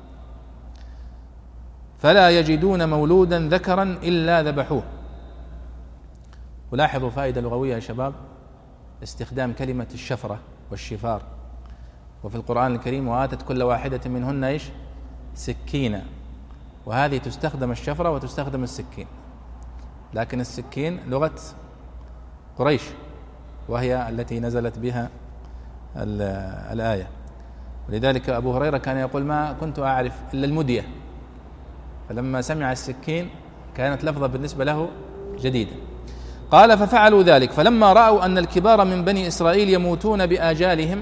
فلا يجدون مولودا ذكرا إلا ذبحوه. ولاحظوا فائدة لغوية يا شباب، استخدام كلمة الشفرة والشفار، وفي القرآن الكريم وآتت كل واحدة منهن إيش؟ سكينة، وهذه تستخدم الشفرة وتستخدم السكين، لكن السكين لغة قريش وهي التي نزلت بها الآية، ولذلك أبو هريرة كان يقول ما كنت أعرف إلا المدية، فلما سمع السكين كانت لفظة بالنسبة له جديدة. قال ففعلوا ذلك، فلما رأوا أن الكبار من بني إسرائيل يموتون بآجالهم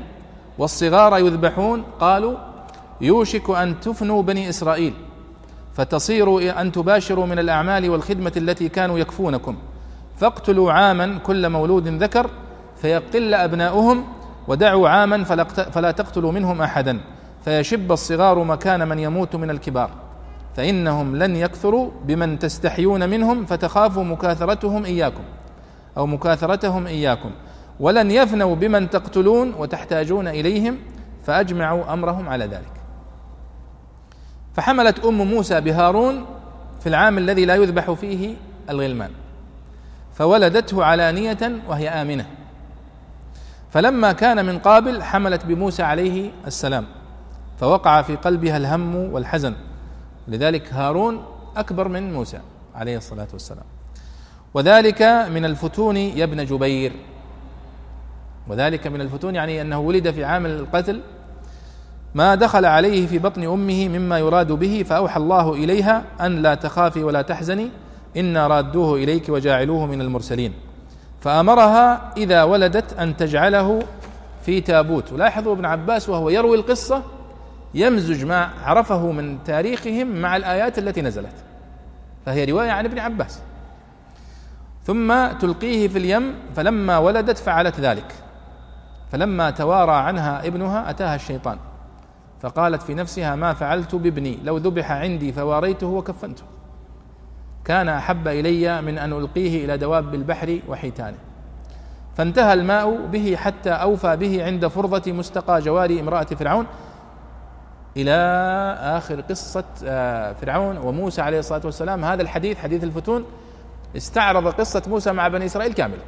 والصغار يذبحون قالوا يوشك أن تفنوا بني إسرائيل فتصيروا أن تباشروا من الأعمال والخدمة التي كانوا يكفونكم، فاقتلوا عاما كل مولود ذكر فيقل أبناؤهم، ودعوا عاما فلا تقتلوا منهم أحدا فيشب الصغار مكان من يموت من الكبار، فإنهم لن يكثروا بمن تستحيون منهم فتخافوا مكاثرتهم إياكم أو مكاثرتهم إياكم، ولن يفنوا بمن تقتلون وتحتاجون إليهم، فأجمعوا أمرهم على ذلك. فحملت أم موسى بهارون في العام الذي لا يذبح فيه الغلمان، فولدته علانية وهي آمنة، فلما كان من قابل حملت بموسى عليه السلام، فوقع في قلبها الهم والحزن، لذلك هارون أكبر من موسى عليه الصلاة والسلام. وذلك من الفتون يا ابن جبير، وذلك من الفتون يعني أنه ولد في عام القتل ما دخل عليه في بطن أمه مما يراد به، فأوحى الله إليها أن لا تخافي ولا تحزني إنا رادوه إليك وجاعلوه من المرسلين، فأمرها إذا ولدت أن تجعله في تابوت. ولاحظوا ابن عباس وهو يروي القصة يمزج ما عرفه من تاريخهم مع الآيات التي نزلت، فهي رواية عن ابن عباس. ثم تلقيه في اليم، فلما ولدت فعلت ذلك، فلما توارى عنها ابنها أتاها الشيطان فقالت في نفسها ما فعلت بابني، لو ذبح عندي فواريته وكفنته، كان أحب إلي من أن ألقيه إلى دواب البحر وحيتانه. فانتهى الماء به حتى أوفى به عند فرضة مستقى جواري امرأة فرعون، إلى آخر قصة فرعون وموسى عليه الصلاة والسلام. هذا الحديث حديث الفتون استعرض قصة موسى مع بني إسرائيل كاملة،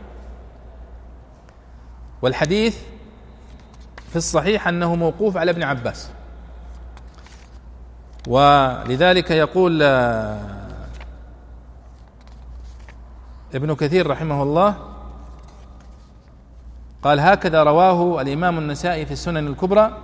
والحديث في الصحيح أنه موقوف على ابن عباس، ولذلك يقول ابن كثير رحمه الله قال هكذا رواه الإمام النسائي في السنن الكبرى،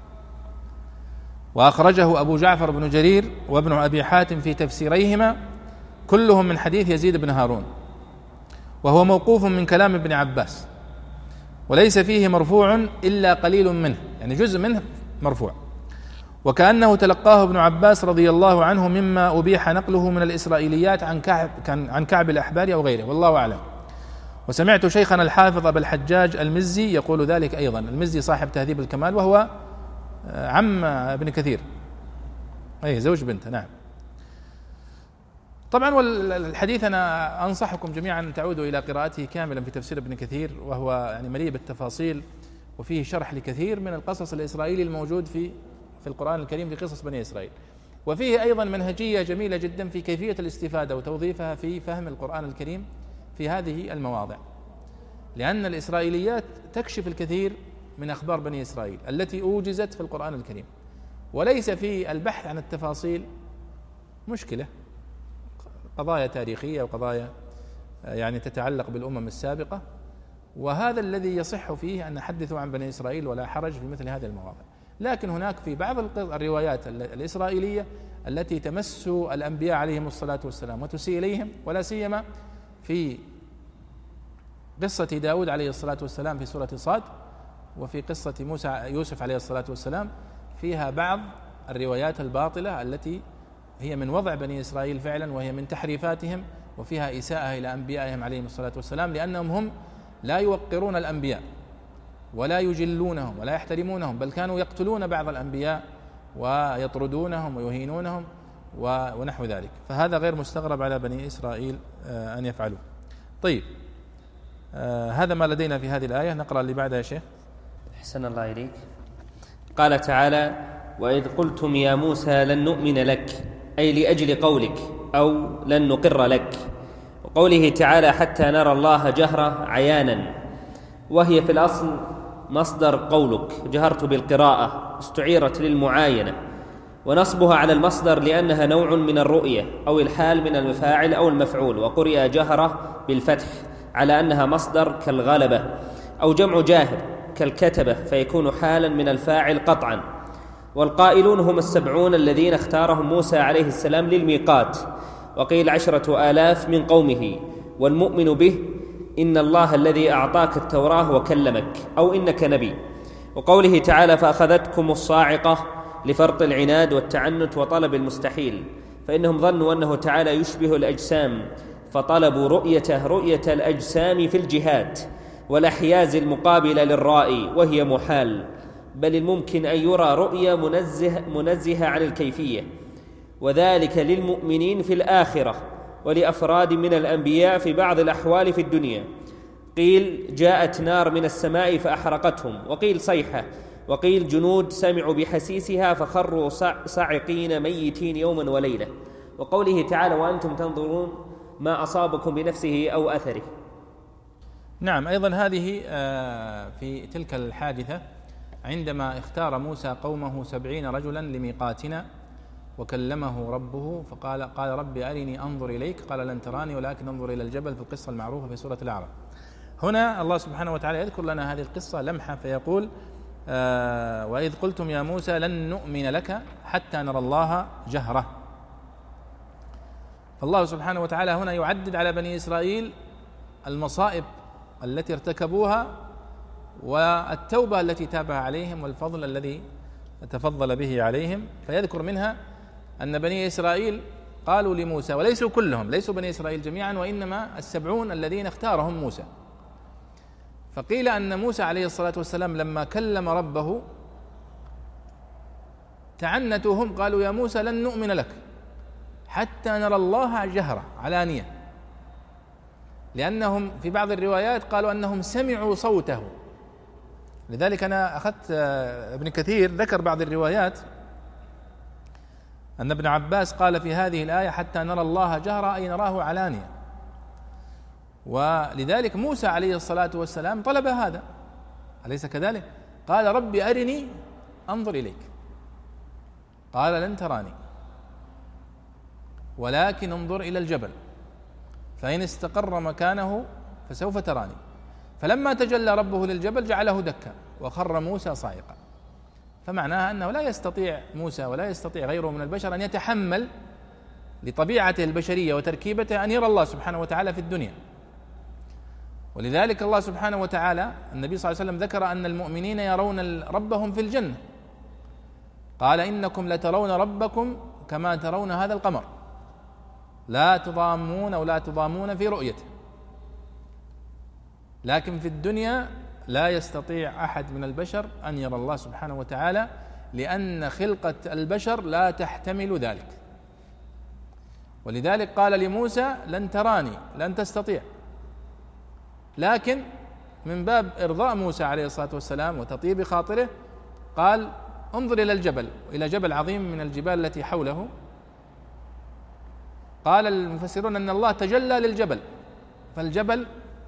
وأخرجه أبو جعفر بن جرير وابن أبي حاتم في تفسيريهما كلهم من حديث يزيد بن هارون، وهو موقوف من كلام ابن عباس، وليس فيه مرفوع إلا قليل منه، يعني جزء منه مرفوع، وكأنه تلقاه ابن عباس رضي الله عنه مما أبيح نقله من الإسرائيليات عن كعب, عن كعب الأحبار أو غيره، والله أعلم. وسمعت شيخنا الحافظ أبا الحجاج المزي يقول ذلك أيضا، المزي صاحب تهذيب الكمال وهو عم ابن كثير، أي زوج بنته. نعم. طبعا والحديث أنا أنصحكم جميعا أن تعودوا إلى قراءته كاملا في تفسير ابن كثير، وهو يعني مليء بالتفاصيل، وفيه شرح لكثير من القصص الإسرائيلي الموجود في في القرآن الكريم في قصص بني إسرائيل، وفيه أيضا منهجية جميلة جدا في كيفية الاستفادة وتوظيفها في فهم القرآن الكريم في هذه المواضع، لأن الإسرائيليات تكشف الكثير من أخبار بني إسرائيل التي أوجزت في القرآن الكريم، وليس في البحث عن التفاصيل مشكلة، قضايا تاريخية وقضايا يعني تتعلق بالأمم السابقة، وهذا الذي يصح فيه أن نحدث عن بني إسرائيل ولا حرج في مثل هذه المواضع. لكن هناك في بعض الروايات الإسرائيلية التي تمس الأنبياء عليهم الصلاة والسلام وتسيء إليهم، ولا سيما في قصة داود عليه الصلاة والسلام في سورة صاد، وفي قصة موسى يوسف عليه الصلاة والسلام، فيها بعض الروايات الباطلة التي هي من وضع بني إسرائيل فعلا، وهي من تحريفاتهم، وفيها إساءة إلى أنبيائهم عليهم الصلاة والسلام، لأنهم هم لا يوقرون الأنبياء ولا يجلونهم ولا يحترمونهم، بل كانوا يقتلون بعض الأنبياء ويطردونهم ويهينونهم ونحو ذلك، فهذا غير مستغرب على بني إسرائيل أن يفعلوا. طيب، هذا ما لدينا في هذه الآية. نقرأ اللي بعدها يا شيخ. أحسن الله إليك. قال تعالى: وإذ قلتم يا موسى لن نؤمن لك، أي لأجل قولك، أو لن نقر لك. وقوله تعالى: حتى نرى الله جهرة عيانا، وهي في الأصل مصدر قولك، جهرت بالقراءة، استعيرت للمعاينة، ونصبها على المصدر لأنها نوع من الرؤية أو الحال من المفاعل أو المفعول، وقرئ جهرة بالفتح على أنها مصدر كالغلبة، أو جمع جاهر كالكتبة، فيكون حالا من الفاعل قطعا. والقائلون هم السبعون الذين اختارهم موسى عليه السلام للميقات، وقيل عشرة آلاف من قومه. والمؤمن به إن الله الذي أعطاك التوراة وكلمك، أو إنك نبي. وقوله تعالى فأخذتكم الصاعقة لفرط العناد والتعنت وطلب المستحيل، فإنهم ظنوا أنه تعالى يشبه الأجسام فطلبوا رؤيته رؤية الأجسام في الجهات والأحياز المقابلة للرائي، وهي محال، بل الممكن أن يرى رؤية منزه منزهة عن الكيفية، وذلك للمؤمنين في الآخرة ولأفراد من الأنبياء في بعض الأحوال في الدنيا. قيل جاءت نار من السماء فأحرقتهم، وقيل صيحة، وقيل جنود سمعوا بحسيسها فخروا صاعقين ميتين يوما وليلة. وقوله تعالى وأنتم تنظرون ما أصابكم بنفسه أو أثره. نعم، أيضا هذه في تلك الحادثة عندما اختار موسى قومه سبعين رجلا لميقاتنا وكلمه ربه فقال قال رب أرني أنظر إليك قال لن تراني ولكن انظر إلى الجبل في القصة المعروفة في سورة الأعراف. هنا الله سبحانه وتعالى يذكر لنا هذه القصة لمحة فيقول آه وإذ قلتم يا موسى لن نؤمن لك حتى نرى الله جهرة. فالله سبحانه وتعالى هنا يعدد على بني إسرائيل المصائب التي ارتكبوها والتوبة التي تابها عليهم والفضل الذي تفضل به عليهم، فيذكر منها أن بني إسرائيل قالوا لموسى، وليسوا كلهم، ليسوا بني إسرائيل جميعا، وإنما السبعون الذين اختارهم موسى. فقيل أن موسى عليه الصلاة والسلام لما كلم ربه تعنتوا هم، قالوا يا موسى لن نؤمن لك حتى نرى الله جهرة علانية، لأنهم في بعض الروايات قالوا أنهم سمعوا صوته. لذلك أنا أخذت ابن كثير ذكر بعض الروايات أن ابن عباس قال في هذه الآية حتى نرى الله جهرة أي نراه علانية، ولذلك موسى عليه الصلاة والسلام طلب هذا، أليس كذلك؟ قال رب أرني أنظر إليك، قال لن تراني ولكن انظر إلى الجبل فإن استقر مكانه فسوف تراني. فلما تجلى ربه للجبل جعله دكا وخر موسى صاعقا. فمعناها أنه لا يستطيع موسى ولا يستطيع غيره من البشر أن يتحمل لطبيعته البشرية وتركيبته أن يرى الله سبحانه وتعالى في الدنيا. ولذلك الله سبحانه وتعالى النبي صلى الله عليه وسلم ذكر أن المؤمنين يرون ربهم في الجنة، قال إنكم لترون ربكم كما ترون هذا القمر لا تضامون أو لا تضامون في رؤيته. لكن في الدنيا لا يستطيع أحد من البشر أن يرى الله سبحانه وتعالى، لأن خلقة البشر لا تحتمل ذلك. ولذلك قال لموسى لن تراني، لن تستطيع، لكن من باب إرضاء موسى عليه الصلاة والسلام وتطيب خاطره قال انظر إلى الجبل، إلى جبل عظيم من الجبال التي حوله. قال المفسرون أن الله تجلى للجبل فالجبل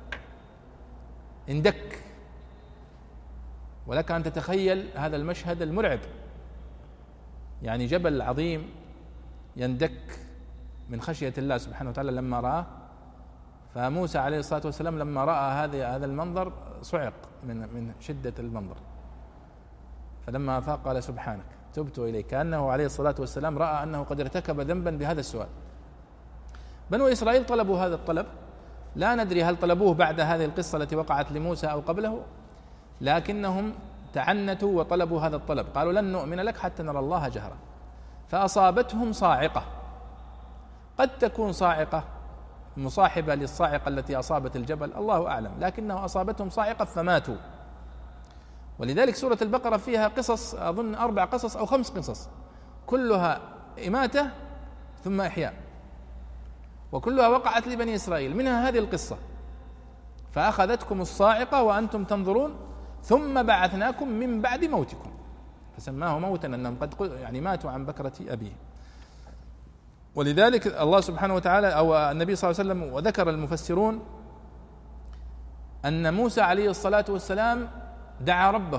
اندك، ولك أن تتخيل هذا المشهد المرعب، يعني جبل عظيم يندك من خشية الله سبحانه وتعالى لما رآه. فموسى عليه الصلاة والسلام لما رأى هذا هذا المنظر صعق من من شدة المنظر، فلما أفاق قال سبحانك تبت إليك، كأنه عليه الصلاة والسلام رأى أنه قد ارتكب ذنبا بهذا السؤال. بنو إسرائيل طلبوا هذا الطلب، لا ندري هل طلبوه بعد هذه القصة التي وقعت لموسى أو قبله، لكنهم تعنتوا وطلبوا هذا الطلب، قالوا لن نؤمن لك حتى نرى الله جهرة. فأصابتهم صاعقة، قد تكون صاعقة مصاحبة للصاعقة التي أصابت الجبل، الله أعلم، لكنه أصابتهم صاعقة فماتوا. ولذلك سورة البقرة فيها قصص، أظن أربع قصص أو خمس قصص، كلها إماتة ثم إحياء، وكلها وقعت لبني إسرائيل، منها هذه القصة فأخذتكم الصاعقة وأنتم تنظرون ثم بعثناكم من بعد موتكم، فسماه موتا أنهم قد يعني ماتوا عن بكرة أبيه. ولذلك الله سبحانه وتعالى أو النبي صلى الله عليه وسلم وذكر المفسرون أن موسى عليه الصلاة والسلام دعا ربه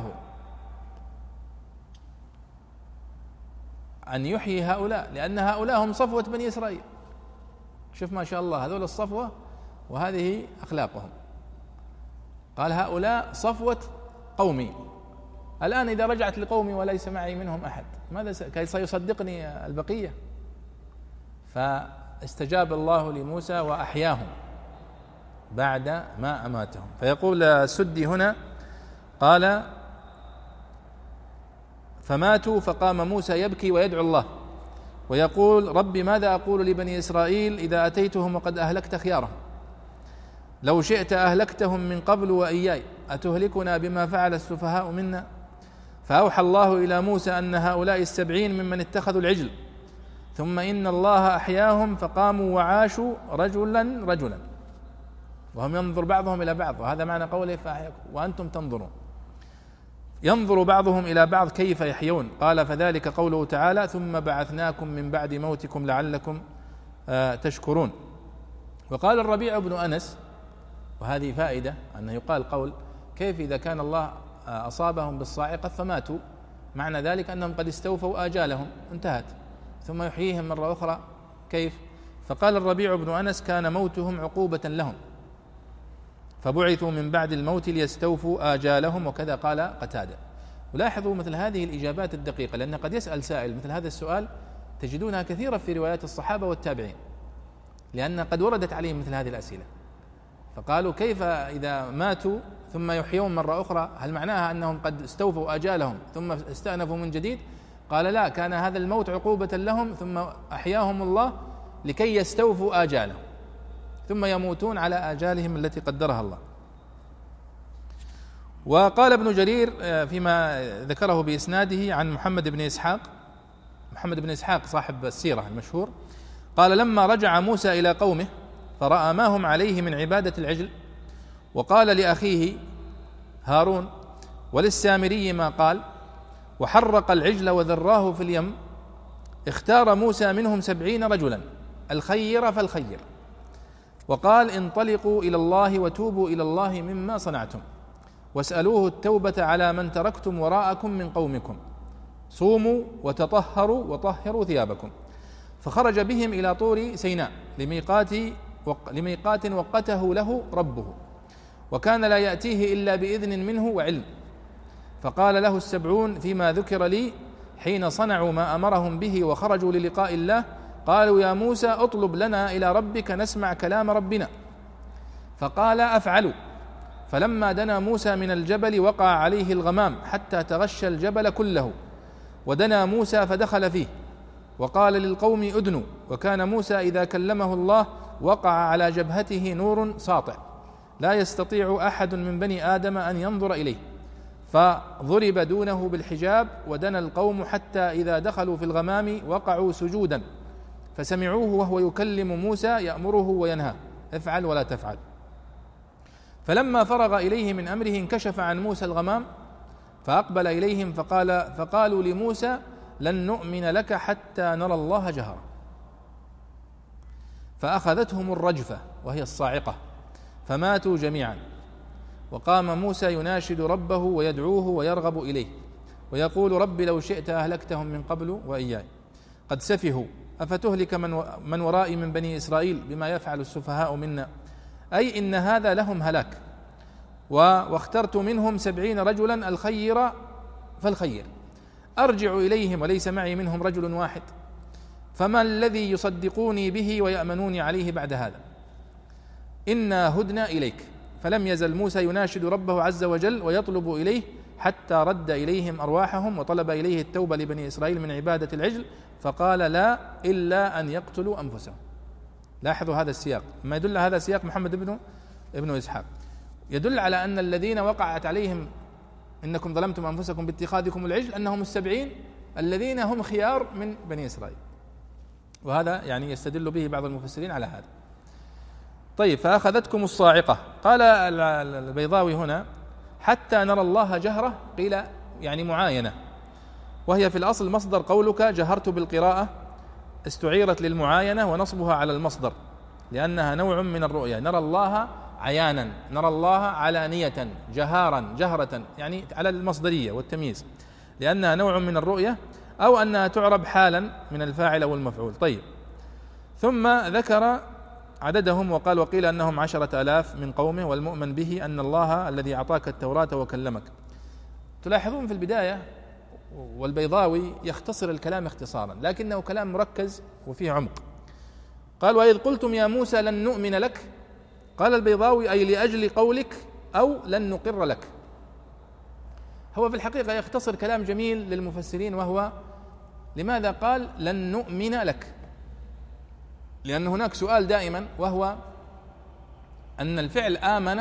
أن يحيي هؤلاء، لأن هؤلاء هم صفوة بني إسرائيل. شوف ما شاء الله، هذول الصفوة وهذه أخلاقهم. قال هؤلاء صفوة قومي، الآن إذا رجعت لقومي وليس معي منهم أحد ماذا كي سيصدقني البقية؟ فاستجاب الله لموسى وأحياهم بعد ما أماتهم. فيقول السدي هنا قال فماتوا، فقام موسى يبكي ويدعو الله ويقول: رب ماذا أقول لبني إسرائيل إذا أتيتهم وقد أهلكت خيارهم؟ لو شئت أهلكتهم من قبل وإياي، أتهلكنا بما فعل السفهاء منا؟ فأوحى الله إلى موسى أن هؤلاء السبعين ممن اتخذوا العجل، ثم إن الله أحياهم فقاموا وعاشوا رجلا رجلا، وهم ينظر بعضهم إلى بعض، وهذا معنى قوله فأحياكم وأنتم تنظرون، ينظر بعضهم إلى بعض كيف يحيون. قال: فذلك قوله تعالى: ثم بعثناكم من بعد موتكم لعلكم تشكرون. وقال الربيع بن أنس، وهذه فائدة، أنه يقال قول: كيف إذا كان الله أصابهم بالصاعقة فماتوا، معنى ذلك أنهم قد استوفوا آجالهم انتهت، ثم يحييهم مرة أخرى، كيف؟ فقال الربيع بن أنس: كان موتهم عقوبة لهم، فبعثوا من بعد الموت ليستوفوا آجالهم، وكذا قال قتادة. ولاحظوا مثل هذه الإجابات الدقيقة، لأن قد يسأل سائل مثل هذا السؤال، تجدونها كثيرة في روايات الصحابة والتابعين، لأن قد وردت عليهم مثل هذه الأسئلة، فقالوا: كيف إذا ماتوا ثم يحيون مرة أخرى؟ هل معناها أنهم قد استوفوا آجالهم ثم استأنفوا من جديد؟ قال: لا، كان هذا الموت عقوبة لهم، ثم أحياهم الله لكي يستوفوا آجالهم، ثم يموتون على آجالهم التي قدرها الله. وقال ابن جرير فيما ذكره بإسناده عن محمد بن إسحاق، محمد بن إسحاق صاحب السيرة المشهور، قال: لما رجع موسى إلى قومه فرأى ما هم عليه من عبادة العجل، وقال لأخيه هارون وللسامري ما قال، وحرق العجل وذراه في اليم، اختار موسى منهم سبعين رجلا الخير فالخير، وقال: انطلقوا إلى الله وتوبوا إلى الله مما صنعتم، واسألوه التوبة على من تركتم وراءكم من قومكم، صوموا وتطهروا وطهروا ثيابكم. فخرج بهم إلى طور سيناء لميقات لميقات وقته له ربه، وكان لا يأتيه إلا بإذن منه وعلم. فقال له السبعون فيما ذكر لي حين صنعوا ما أمرهم به وخرجوا للقاء الله، قالوا: يا موسى اطلب لنا إلى ربك نسمع كلام ربنا. فقال: أفعلوا. فلما دنا موسى من الجبل وقع عليه الغمام حتى تغشى الجبل كله، ودنا موسى فدخل فيه، وقال للقوم أدنوا. وكان موسى إذا كلمه الله وقع على جبهته نور ساطع لا يستطيع أحد من بني آدم أن ينظر إليه، فضرب دونه بالحجاب، ودنا القوم حتى إذا دخلوا في الغمام وقعوا سجودا، فسمعوه وهو يكلم موسى يأمره وينهاه: افعل ولا تفعل. فلما فرغ إليه من أمره انكشف عن موسى الغمام، فأقبل إليهم فقال فقالوا لموسى: لن نؤمن لك حتى نرى الله جهرا. فأخذتهم الرجفة وهي الصاعقة فماتوا جميعا. وقام موسى يناشد ربه ويدعوه ويرغب إليه ويقول: رب لو شئت أهلكتهم من قبل وإياي، قد سفهوا، أفتهلك من, من ورائي من بني إسرائيل بما يفعل السفهاء منا؟ أي إن هذا لهم هلاك. واخترت منهم سبعين رجلا الخير فالخير، أرجع إليهم وليس معي منهم رجل واحد، فما الذي يصدقوني به ويأمنوني عليه بعد هذا؟ إنا هدنا إليك. فلم يزل موسى يناشد ربه عز وجل ويطلب إليه حتى رد إليهم أرواحهم، وطلب إليه التوبة لبني إسرائيل من عبادة العجل، فقال: لا إلا أن يقتلوا أنفسهم. لاحظوا هذا السياق، ما يدل هذا سياق محمد بن ابن إسحاق، يدل على أن الذين وقعت عليهم إنكم ظلمتم أنفسكم باتخاذكم العجل أنهم السبعين الذين هم خيار من بني إسرائيل، وهذا يعني يستدل به بعض المفسرين على هذا. طيب، فأخذتكم الصاعقة. قال البيضاوي هنا: حتى نرى الله جهرة، قيل يعني معاينة، وهي في الأصل مصدر قولك جهرت بالقراءة، استعيرت للمعاينة ونصبها على المصدر لأنها نوع من الرؤية. نرى الله عيانا، نرى الله علانية، جهارا، جهرة، يعني على المصدرية والتمييز، لأنها نوع من الرؤية، أو أنها تعرب حالا من الفاعل أو المفعول. طيب، ثم ذكر عددهم وقال: وقيل أنهم عشرة آلاف من قومه، والمؤمن به أن الله الذي أعطاك التوراة وكلمك. تلاحظون في البداية والبيضاوي يختصر الكلام اختصارا، لكنه كلام مركز وفيه عمق. قال: وإذ قلتم يا موسى لن نؤمن لك، قال البيضاوي: أي لأجل قولك، أو لن نقر لك. هو في الحقيقة يختصر كلام جميل للمفسرين، وهو لماذا قال لن نؤمن لك؟ لأن هناك سؤال دائما، وهو أن الفعل آمن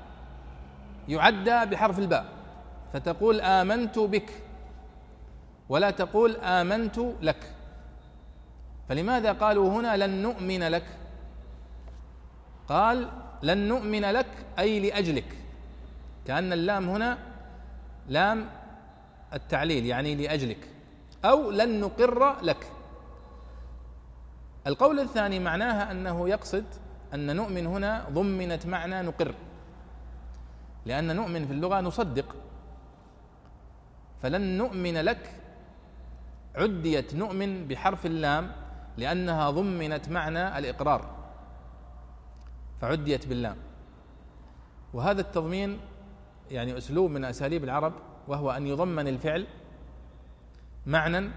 يعدى بحرف الباء، فتقول آمنت بك ولا تقول آمنت لك. فلماذا قالوا هنا لن نؤمن لك؟ قال لن نؤمن لك أي لأجلك، كأن اللام هنا لام التعليل، يعني لأجلك، أو لن نقر لك. القول الثاني معناها أنه يقصد أن نؤمن هنا ضمنت معنى نقر، لأن نؤمن في اللغة نصدق، فلن نؤمن لك عديت نؤمن بحرف اللام لأنها ضمنت معنى الإقرار فعديت باللام. وهذا التضمين يعني أسلوب من أساليب العرب، وهو أن يضمن الفعل معنى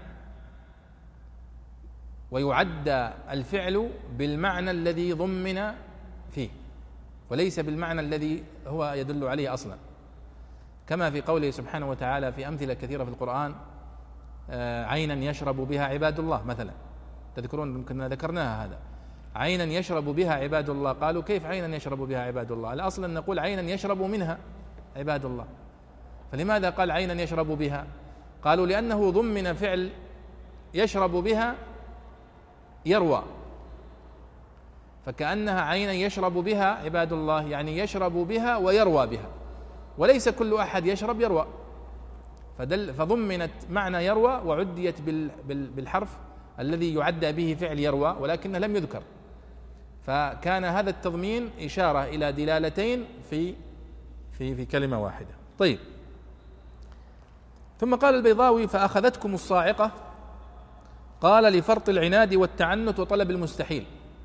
ويعدى الفعل بالمعنى الذي ضمن فيه، وليس بالمعنى الذي هو يدل عليه أصلا، كما في قوله سبحانه وتعالى في أمثلة كثيرة في القرآن: عينا يشرب بها عباد الله مثلا، تذكرون كنا ذكرناها هذا، عينا يشرب بها عباد الله. قالوا كيف عينا يشرب بها عباد الله؟ الأصل أن نقول عينا يشرب منها عباد الله، فلماذا قال عينا يشرب بها؟ قالوا لأنه ضمن فعل يشرب بها يروى، فكأنها عينا يشرب بها عباد الله، يعني يشرب بها ويروى بها، وليس كل أحد يشرب يروى، فدل فضمنت معنى يروى وعديت بالحرف الذي يعدى به فعل يروى ولكنه لم يذكر، فكان هذا التضمين إشارة إلى دلالتين في في في كلمة واحدة. طيب، ثم قال البيضاوي: فأخذتكم الصاعقة، قال لفرط العناد والتعنت وطلب المستحيل،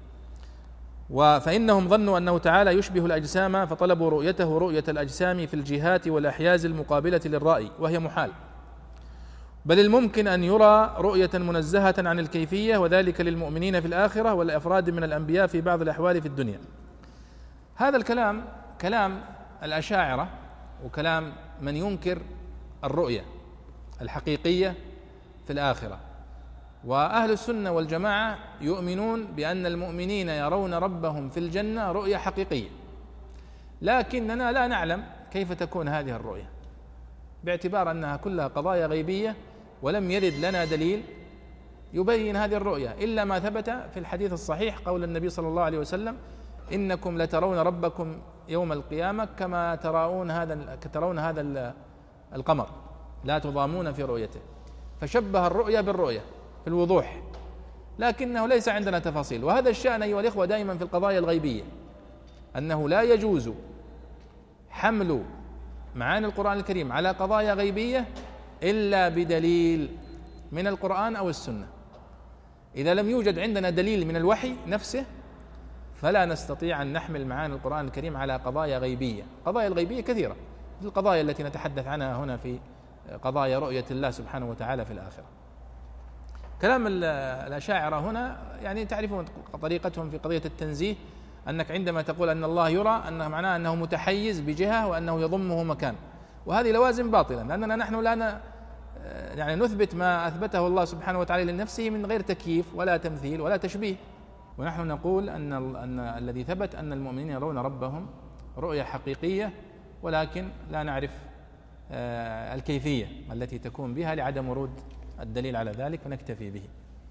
فإنهم ظنوا أنه تعالى يشبه الأجسام فطلبوا رؤيته رؤية الأجسام في الجهات والأحياز المقابلة للرأي، وهي محال، بل الممكن أن يرى رؤية منزهة عن الكيفية، وذلك للمؤمنين في الآخرة والأفراد من الأنبياء في بعض الأحوال في الدنيا. هذا الكلام كلام الأشاعرة وكلام من ينكر الرؤية الحقيقية في الآخرة، وأهل السنة والجماعة يؤمنون بأن المؤمنين يرون ربهم في الجنة رؤية حقيقية، لكننا لا نعلم كيف تكون هذه الرؤية، باعتبار أنها كلها قضايا غيبية، ولم يرد لنا دليل يبين هذه الرؤية إلا ما ثبت في الحديث الصحيح، قول النبي صلى الله عليه وسلم: إنكم لترون ربكم يوم القيامة كما ترون هذا ترون هذا القمر لا تضامون في رؤيته، فشبه الرؤية بالرؤية في الوضوح، لكنه ليس عندنا تفاصيل. وهذا الشأن أيها الإخوة دائما في القضايا الغيبية، أنه لا يجوز حمل معاني القرآن الكريم على قضايا غيبية إلا بدليل من القرآن أو السنة. إذا لم يوجد عندنا دليل من الوحي نفسه فلا نستطيع أن نحمل معاني القرآن الكريم على قضايا غيبية. قضايا الغيبية كثيرة، القضايا التي نتحدث عنها هنا في قضايا رؤية الله سبحانه وتعالى في الآخرة. كلام الأشاعرة هنا يعني تعرفون طريقتهم في قضية التنزيه، أنك عندما تقول أن الله يرى أنه معناه أنه متحيز بجهة وأنه يضمه مكان، وهذه لوازم باطلة، لأننا نحن لا يعني نثبت ما أثبته الله سبحانه وتعالى لنفسه من غير تكييف ولا تمثيل ولا تشبيه، ونحن نقول أن أن الذي ثبت أن المؤمنين يرون ربهم رؤية حقيقية، ولكن لا نعرف الكيفية التي تكون بها لعدم ورود الدليل على ذلك، ونكتفي به.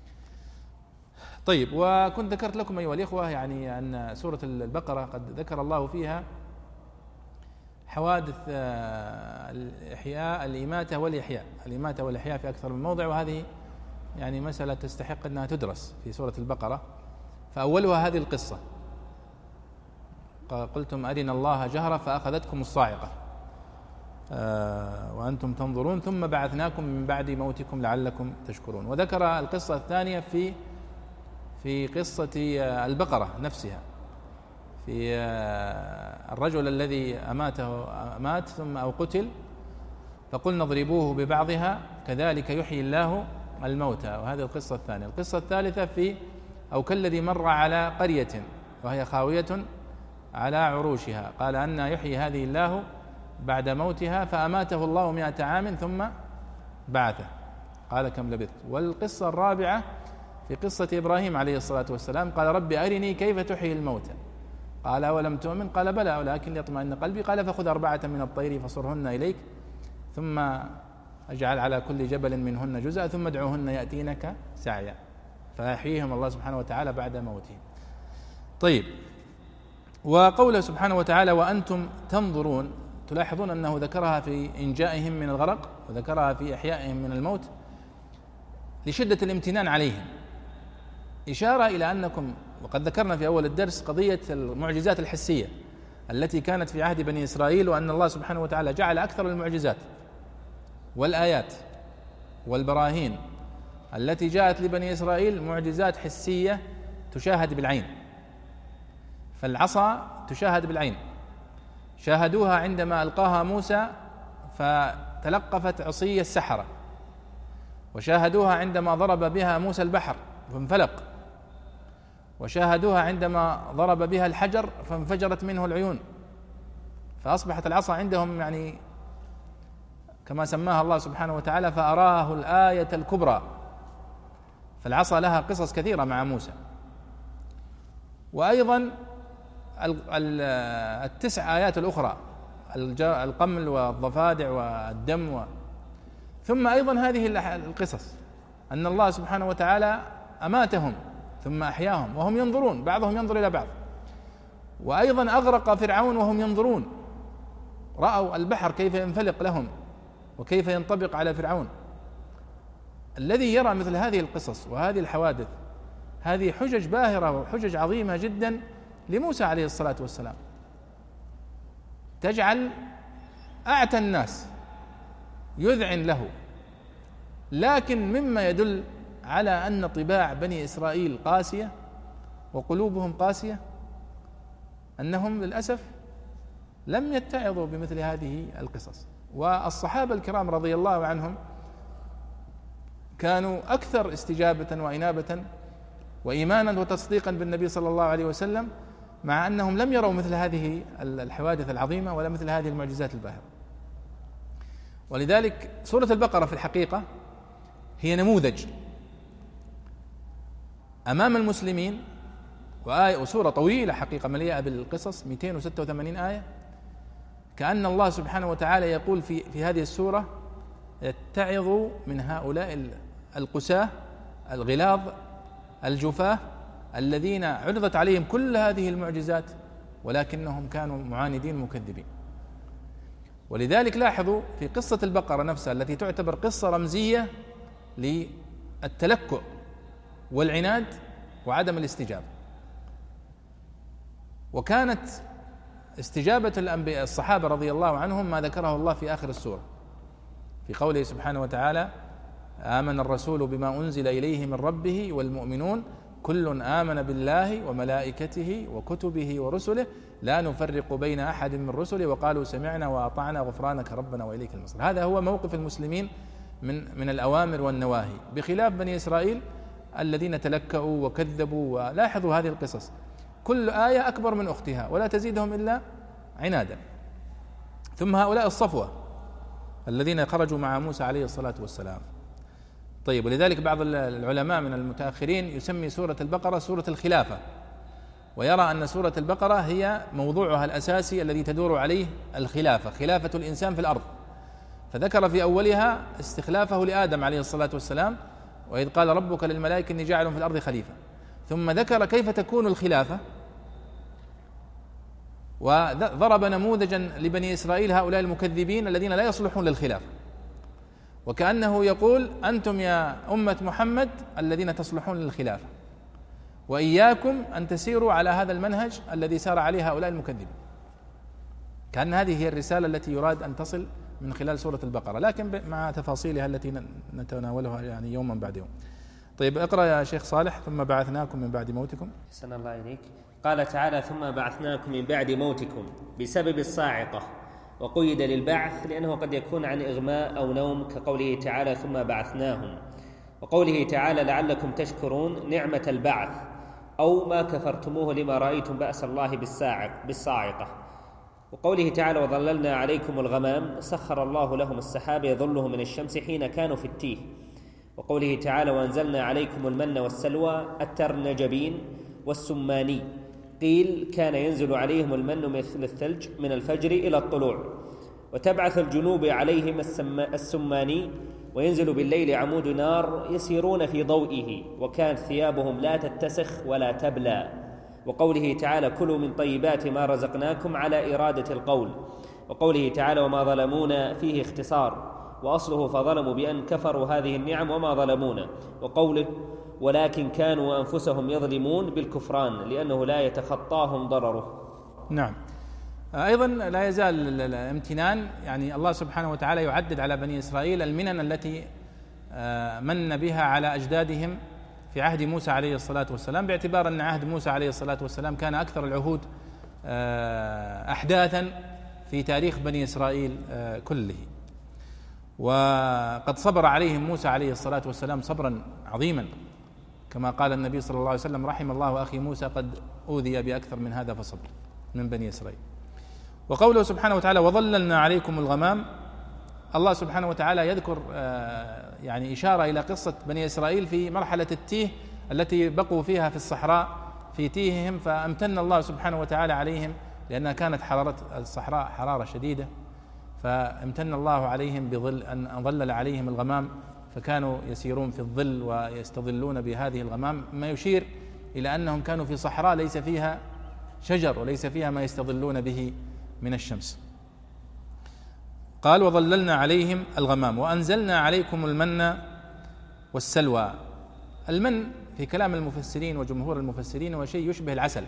طيب، وكنت ذكرت لكم أيها الإخوة يعني أن سورة البقرة قد ذكر الله فيها حوادث الإحياء الإماتة والإحياء الإماتة والإحياء في أكثر من موضع، وهذه يعني مسألة تستحق أنها تدرس في سورة البقرة. فأولها هذه القصة: قلتم أرنا الله جهرة فأخذتكم الصاعقة وأنتم تنظرون ثم بعثناكم من بعد موتكم لعلكم تشكرون. وذكر القصة الثانية في في قصة البقرة نفسها، في الرجل الذي أماته أمات ثم أو قتل فقلنا اضربوه ببعضها كذلك يحيي الله الموتى، وهذه القصة الثانية. القصة الثالثة في أو كالذي مر على قرية وهي خاوية على عروشها قال أن يحيي هذه الله بعد موتها فأماته الله مئة عام ثم بعثه، قال كم لبثت. والقصة الرابعة في قصة إبراهيم عليه الصلاة والسلام، قال رب أرني كيف تحيي الموتى، قال أولم تؤمن، قال بلى ولكن ليطمئن قلبي، قال فخذ أربعة من الطير فصرهن إليك ثم اجعل على كل جبل منهن جزءا ثم ادعوهن يأتينك سعيا، فيحييهم الله سبحانه وتعالى بعد موتهم. طيب، وقوله سبحانه وتعالى وأنتم تنظرون، تلاحظون أنه ذكرها في إنجائهم من الغرق وذكرها في إحيائهم من الموت لشدة الامتنان عليهم، إشارة إلى أنكم، وقد ذكرنا في أول الدرس قضية المعجزات الحسية التي كانت في عهد بني إسرائيل، وأن الله سبحانه وتعالى جعل أكثر المعجزات والآيات والبراهين التي جاءت لبني إسرائيل معجزات حسية تشاهد بالعين. فالعصا تشاهد بالعين، شاهدوها عندما ألقاها موسى فتلقفت عصي السحرة، وشاهدوها عندما ضرب بها موسى البحر فانفلق، وشاهدوها عندما ضرب بها الحجر فانفجرت منه العيون، فأصبحت العصا عندهم يعني كما سماها الله سبحانه وتعالى فأراه الآية الكبرى. فالعصا لها قصص كثيرة مع موسى. وأيضا التسع آيات الأخرى، القمل والضفادع والدم و... ثم أيضا هذه القصص أن الله سبحانه وتعالى أماتهم ثم أحياهم وهم ينظرون، بعضهم ينظر إلى بعض. وأيضا أغرق فرعون وهم ينظرون، رأوا البحر كيف ينفلق لهم وكيف ينطبق على فرعون. الذي يرى مثل هذه القصص وهذه الحوادث، هذه حجج باهرة وحجج عظيمة جدا لموسى عليه الصلاة والسلام، تجعل أعتى الناس يذعن له. لكن مما يدل على أن طباع بني إسرائيل قاسية وقلوبهم قاسية أنهم للأسف لم يتعظوا بمثل هذه القصص. والصحابة الكرام رضي الله عنهم كانوا أكثر استجابة وإنابة وإيمانا وتصديقا بالنبي صلى الله عليه وسلم، مع أنهم لم يروا مثل هذه الحوادث العظيمة ولا مثل هذه المعجزات الباهرة. ولذلك سورة البقرة في الحقيقة هي نموذج أمام المسلمين، وآية وسورة طويلة حقيقة مليئة بالقصص، مئتين وستة وثمانين آية. كأن الله سبحانه وتعالى يقول في في هذه السورة اتعظوا من هؤلاء القساة الغلاظ الجفاة الذين عرضت عليهم كل هذه المعجزات ولكنهم كانوا معاندين مكذبين. ولذلك لاحظوا في قصة البقرة نفسها التي تعتبر قصة رمزية للتلكؤ والعناد وعدم الاستجابة، وكانت استجابة الأنبياء الصحابة رضي الله عنهم ما ذكره الله في آخر السورة في قوله سبحانه وتعالى آمن الرسول بما أنزل إليه من ربه والمؤمنون كل آمن بالله وملائكته وكتبه ورسله لا نفرق بين أحد من رسله وقالوا سمعنا وأطعنا غفرانك ربنا وإليك المصير. هذا هو موقف المسلمين من من الأوامر والنواهي، بخلاف بني إسرائيل الذين تلكأوا وكذبوا. ولاحظوا هذه القصص كل آية أكبر من أختها ولا تزيدهم إلا عنادا. ثم هؤلاء الصفوة الذين خرجوا مع موسى عليه الصلاة والسلام. طيب، ولذلك بعض العلماء من المتأخرين يسمي سورة البقرة سورة الخلافة، ويرى أن سورة البقرة هي موضوعها الأساسي الذي تدور عليه الخلافة، خلافة الإنسان في الأرض. فذكر في أولها استخلافه لآدم عليه الصلاة والسلام، وإذ قال ربك للملائكة إني جاعل في الأرض خليفة، ثم ذكر كيف تكون الخلافة، وضرب نموذجا لبني إسرائيل هؤلاء المكذبين الذين لا يصلحون للخلافة، وكأنه يقول أنتم يا أمة محمد الذين تصلحون للخلافة، وإياكم أن تسيروا على هذا المنهج الذي سار عليه هؤلاء المكذبين. كأن هذه هي الرسالة التي يراد أن تصل من خلال سورة البقرة، لكن مع تفاصيلها التي نتناولها يعني يوما بعد يوم. طيب، اقرأ يا شيخ صالح. ثم بعثناكم من بعد موتكم. أحسن الله إليك. قال تعالى ثم بعثناكم من بعد موتكم بسبب الصاعقة، وقيد للبعث لأنه قد يكون عن إغماء أو نوم، كقوله تعالى ثم بعثناهم، وقوله تعالى لعلكم تشكرون نعمة البعث، أو ما كفرتموه لما رأيتم بأس الله بالصاعقة. وقوله تعالى وظللنا عليكم الغمام سخر الله لهم السحاب يظله من الشمس حين كانوا في التيه. وقوله تعالى وأنزلنا عليكم المن والسلوى الترنجبين والسماني. قيل كان ينزل عليهم المن مثل الثلج من الفجر إلى الطلوع. وتبعث الجنوب عليهم السماني وينزل بالليل عمود نار يسيرون في ضوئه وكانت ثيابهم لا تتسخ ولا تبلى. وقوله تعالى كلوا من طيبات ما رزقناكم على إرادة القول. وقوله تعالى وما ظلمونا فيه اختصار وأصله فظلموا بأن كفروا هذه النعم وما ظلمونا. وقوله ولكن كانوا أنفسهم يظلمون بالكفران لأنه لا يتخطاهم ضرره. نعم. أيضا لا يزال الامتنان، يعني الله سبحانه وتعالى يعدد على بني إسرائيل المنن التي من بها على أجدادهم في عهد موسى عليه الصلاة والسلام، باعتبار أن عهد موسى عليه الصلاة والسلام كان أكثر العهود أحداثا في تاريخ بني إسرائيل كله. وقد صبر عليهم موسى عليه الصلاة والسلام صبرا عظيما، كما قال النبي صلى الله عليه وسلم رحم الله أخي موسى قد أوذي بأكثر من هذا فصبر من بني إسرائيل. وقوله سبحانه وتعالى وظللنا عليكم الغمام، الله سبحانه وتعالى يذكر يعني إشارة إلى قصة بني إسرائيل في مرحلة التيه التي بقوا فيها في الصحراء في تيههم، فأمتن الله سبحانه وتعالى عليهم لأنها كانت حرارة الصحراء حرارة شديدة، فامتن الله عليهم بظل أن ظلل عليهم الغمام فكانوا يسيرون في الظل ويستظلون بهذه الغمام، ما يشير إلى أنهم كانوا في صحراء ليس فيها شجر وليس فيها ما يستظلون به من الشمس. قال وظللنا عليهم الغمام وأنزلنا عليكم المن والسلوى. المن في كلام المفسرين وجمهور المفسرين هو شيء يشبه العسل،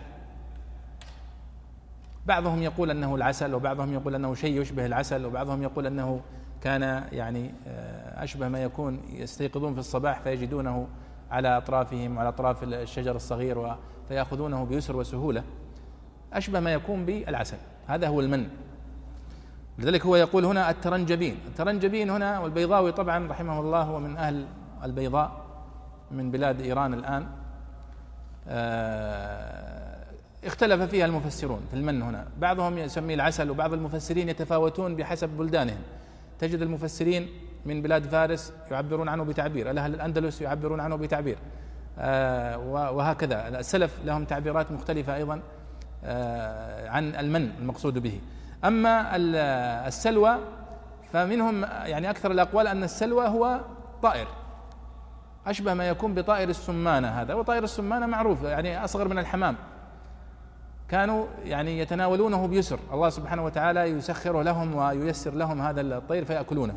بعضهم يقول أنه العسل وبعضهم يقول أنه شيء يشبه العسل وبعضهم يقول أنه كان يعني أشبه ما يكون يستيقظون في الصباح فيجدونه على أطرافهم وعلى أطراف الشجر الصغير فيأخذونه بيسر وسهولة، أشبه ما يكون بالعسل، هذا هو المن. لذلك هو يقول هنا الترنجبين. الترنجبين هنا، والبيضاوي طبعا رحمه الله هو من أهل البيضاء من بلاد إيران الآن، اختلف فيها المفسرون في المن هنا، بعضهم يسميه العسل وبعض المفسرين يتفاوتون بحسب بلدانهم. تجد المفسرين من بلاد فارس يعبرون عنه بتعبير، أهل الأندلس يعبرون عنه بتعبير، وهكذا السلف لهم تعبيرات مختلفة أيضا عن المن المقصود به. أما السلوى فمنهم يعني أكثر الأقوال أن السلوى هو طائر أشبه ما يكون بطائر السمانة هذا، وطائر السمانة معروف يعني أصغر من الحمام، كانوا يعني يتناولونه بيسر، الله سبحانه وتعالى يسخره لهم وييسر لهم هذا الطير فيأكلونه.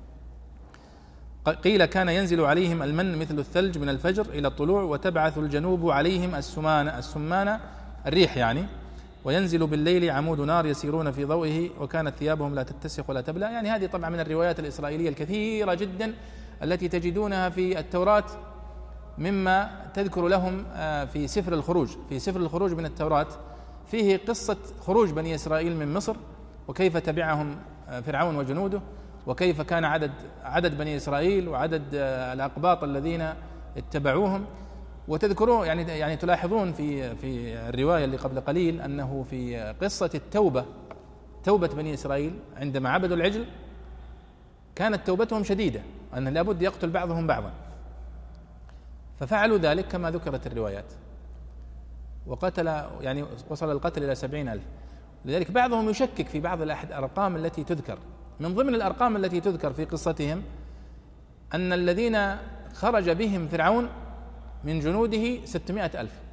قيل كان ينزل عليهم المن مثل الثلج من الفجر إلى الطلوع وتبعث الجنوب عليهم السمانة السمانة الريح يعني، وينزل بالليل عمود نار يسيرون في ضوئه وكانت ثيابهم لا تتسخ ولا تبلى. يعني هذه طبعا من الروايات الإسرائيلية الكثيرة جدا التي تجدونها في التوراة مما تذكر لهم في سفر الخروج. في سفر الخروج من التوراة فيه قصة خروج بني إسرائيل من مصر وكيف تبعهم فرعون وجنوده وكيف كان عدد عدد بني إسرائيل وعدد الأقباط الذين اتبعوهم. وتذكرون يعني يعني تلاحظون في في الرواية اللي قبل قليل أنه في قصة التوبة توبة بني إسرائيل عندما عبدوا العجل كانت توبتهم شديدة، أن لابد يقتل بعضهم بعضا، ففعلوا ذلك كما ذكرت الروايات وقتل يعني وصل القتل إلى سبعين ألف. لذلك بعضهم يشكك في بعض الأرقام التي تذكر. من ضمن الأرقام التي تذكر في قصتهم أن الذين خرج بهم فرعون من جنوده ستمائة ألف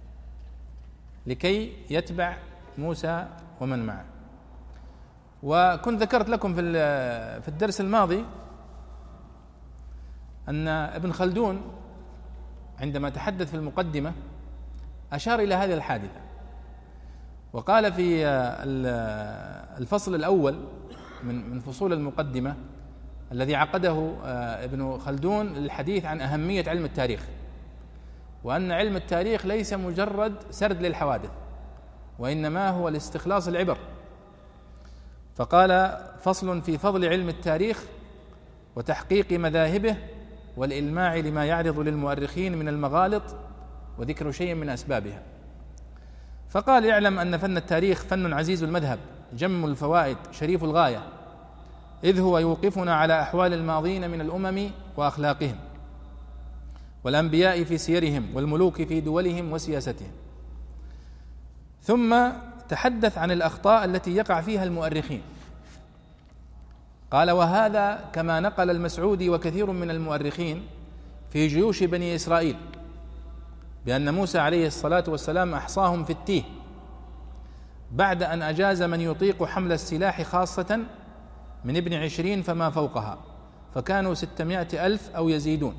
لكي يتبع موسى ومن معه. وكنت ذكرت لكم في في الدرس الماضي أن ابن خلدون عندما تحدث في المقدمة أشار إلى هذه الحادثة وقال في الفصل الأول من من فصول المقدمة الذي عقده ابن خلدون للحديث عن أهمية علم التاريخ، وأن علم التاريخ ليس مجرد سرد للحوادث وإنما هو لاستخلاص العبر. فقال فصل في فضل علم التاريخ وتحقيق مذاهبه والإلماع لما يعرض للمؤرخين من المغالط وذكر شيء من أسبابها. فقال اعلم أن فن التاريخ فن عزيز المذهب جم الفوائد شريف الغاية، إذ هو يوقفنا على أحوال الماضين من الأمم وأخلاقهم، والأنبياء في سيرهم، والملوك في دولهم وسياستهم. ثم تحدث عن الأخطاء التي يقع فيها المؤرخين، قال: وهذا كما نقل المسعودي وكثير من المؤرخين في جيوش بني إسرائيل بأن موسى عليه الصلاة والسلام أحصاهم في التيه بعد أن أجاز من يطيق حمل السلاح خاصة من ابن عشرين فما فوقها، فكانوا ستمائة ألف أو يزيدون.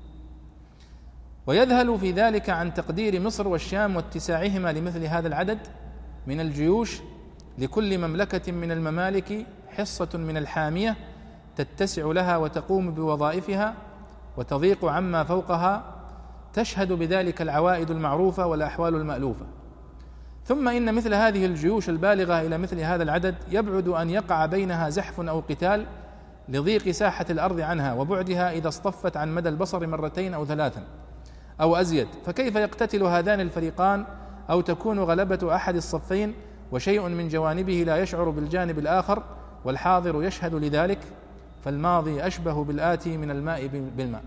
ويذهل في ذلك عن تقدير مصر والشام واتساعهما لمثل هذا العدد من الجيوش، لكل مملكة من الممالك حصة من الحامية تتسع لها وتقوم بوظائفها وتضيق عما فوقها، تشهد بذلك العوائد المعروفة والأحوال المألوفة. ثم إن مثل هذه الجيوش البالغة إلى مثل هذا العدد يبعد أن يقع بينها زحف أو قتال لضيق ساحة الأرض عنها وبعدها إذا اصطفت عن مدى البصر مرتين أو ثلاثا أو أزيد، فكيف يقتتل هذان الفريقان أو تكون غلبة أحد الصفين وشيء من جوانبه لا يشعر بالجانب الآخر والحاضر يشهد لذلك؟ فالماضي أشبه بالآتي من الماء بالماء.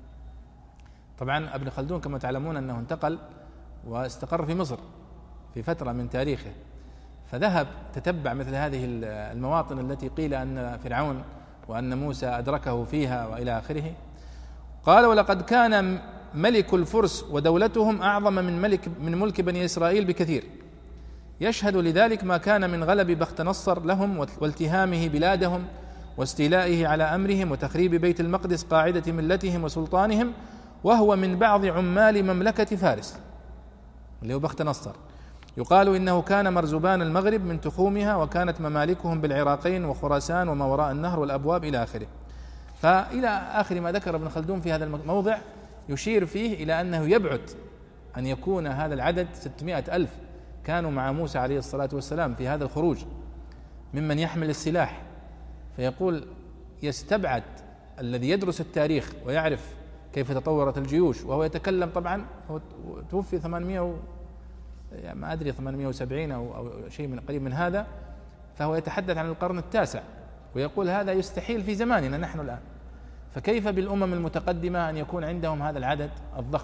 طبعا ابن خلدون كما تعلمون أنه انتقل واستقر في مصر في فترة من تاريخه، فذهب تتبع مثل هذه المواطن التي قيل أن فرعون وأن موسى أدركه فيها وإلى آخره. قال: ولقد كان ملك الفرس ودولتهم أعظم من ملك من ملك بني إسرائيل بكثير، يشهد لذلك ما كان من غلب بخت نصر لهم والتهامه بلادهم واستيلائه على أمرهم وتخريب بيت المقدس قاعدة ملتهم وسلطانهم، وهو من بعض عمال مملكة فارس اللي هو بخت نصر. يقال إنه كان مرزبان المغرب من تخومها، وكانت ممالكهم بالعراقين وخراسان وما وراء النهر والأبواب إلى آخره. فإلى آخر ما ذكر ابن خلدون في هذا الموضع يشير فيه إلى أنه يبعد أن يكون هذا العدد ستمائة ألف كانوا مع موسى عليه الصلاة والسلام في هذا الخروج ممن يحمل السلاح. فيقول يستبعد الذي يدرس التاريخ ويعرف كيف تطورت الجيوش، وهو يتكلم طبعا هو توفي ثمانمائة و... ما أدري ثمانمائة وسبعين أو... أو شيء من قريب من هذا، فهو يتحدث عن القرن التاسع ويقول هذا يستحيل في زماننا نحن الآن، فكيف بالأمم المتقدمة أن يكون عندهم هذا العدد الضخم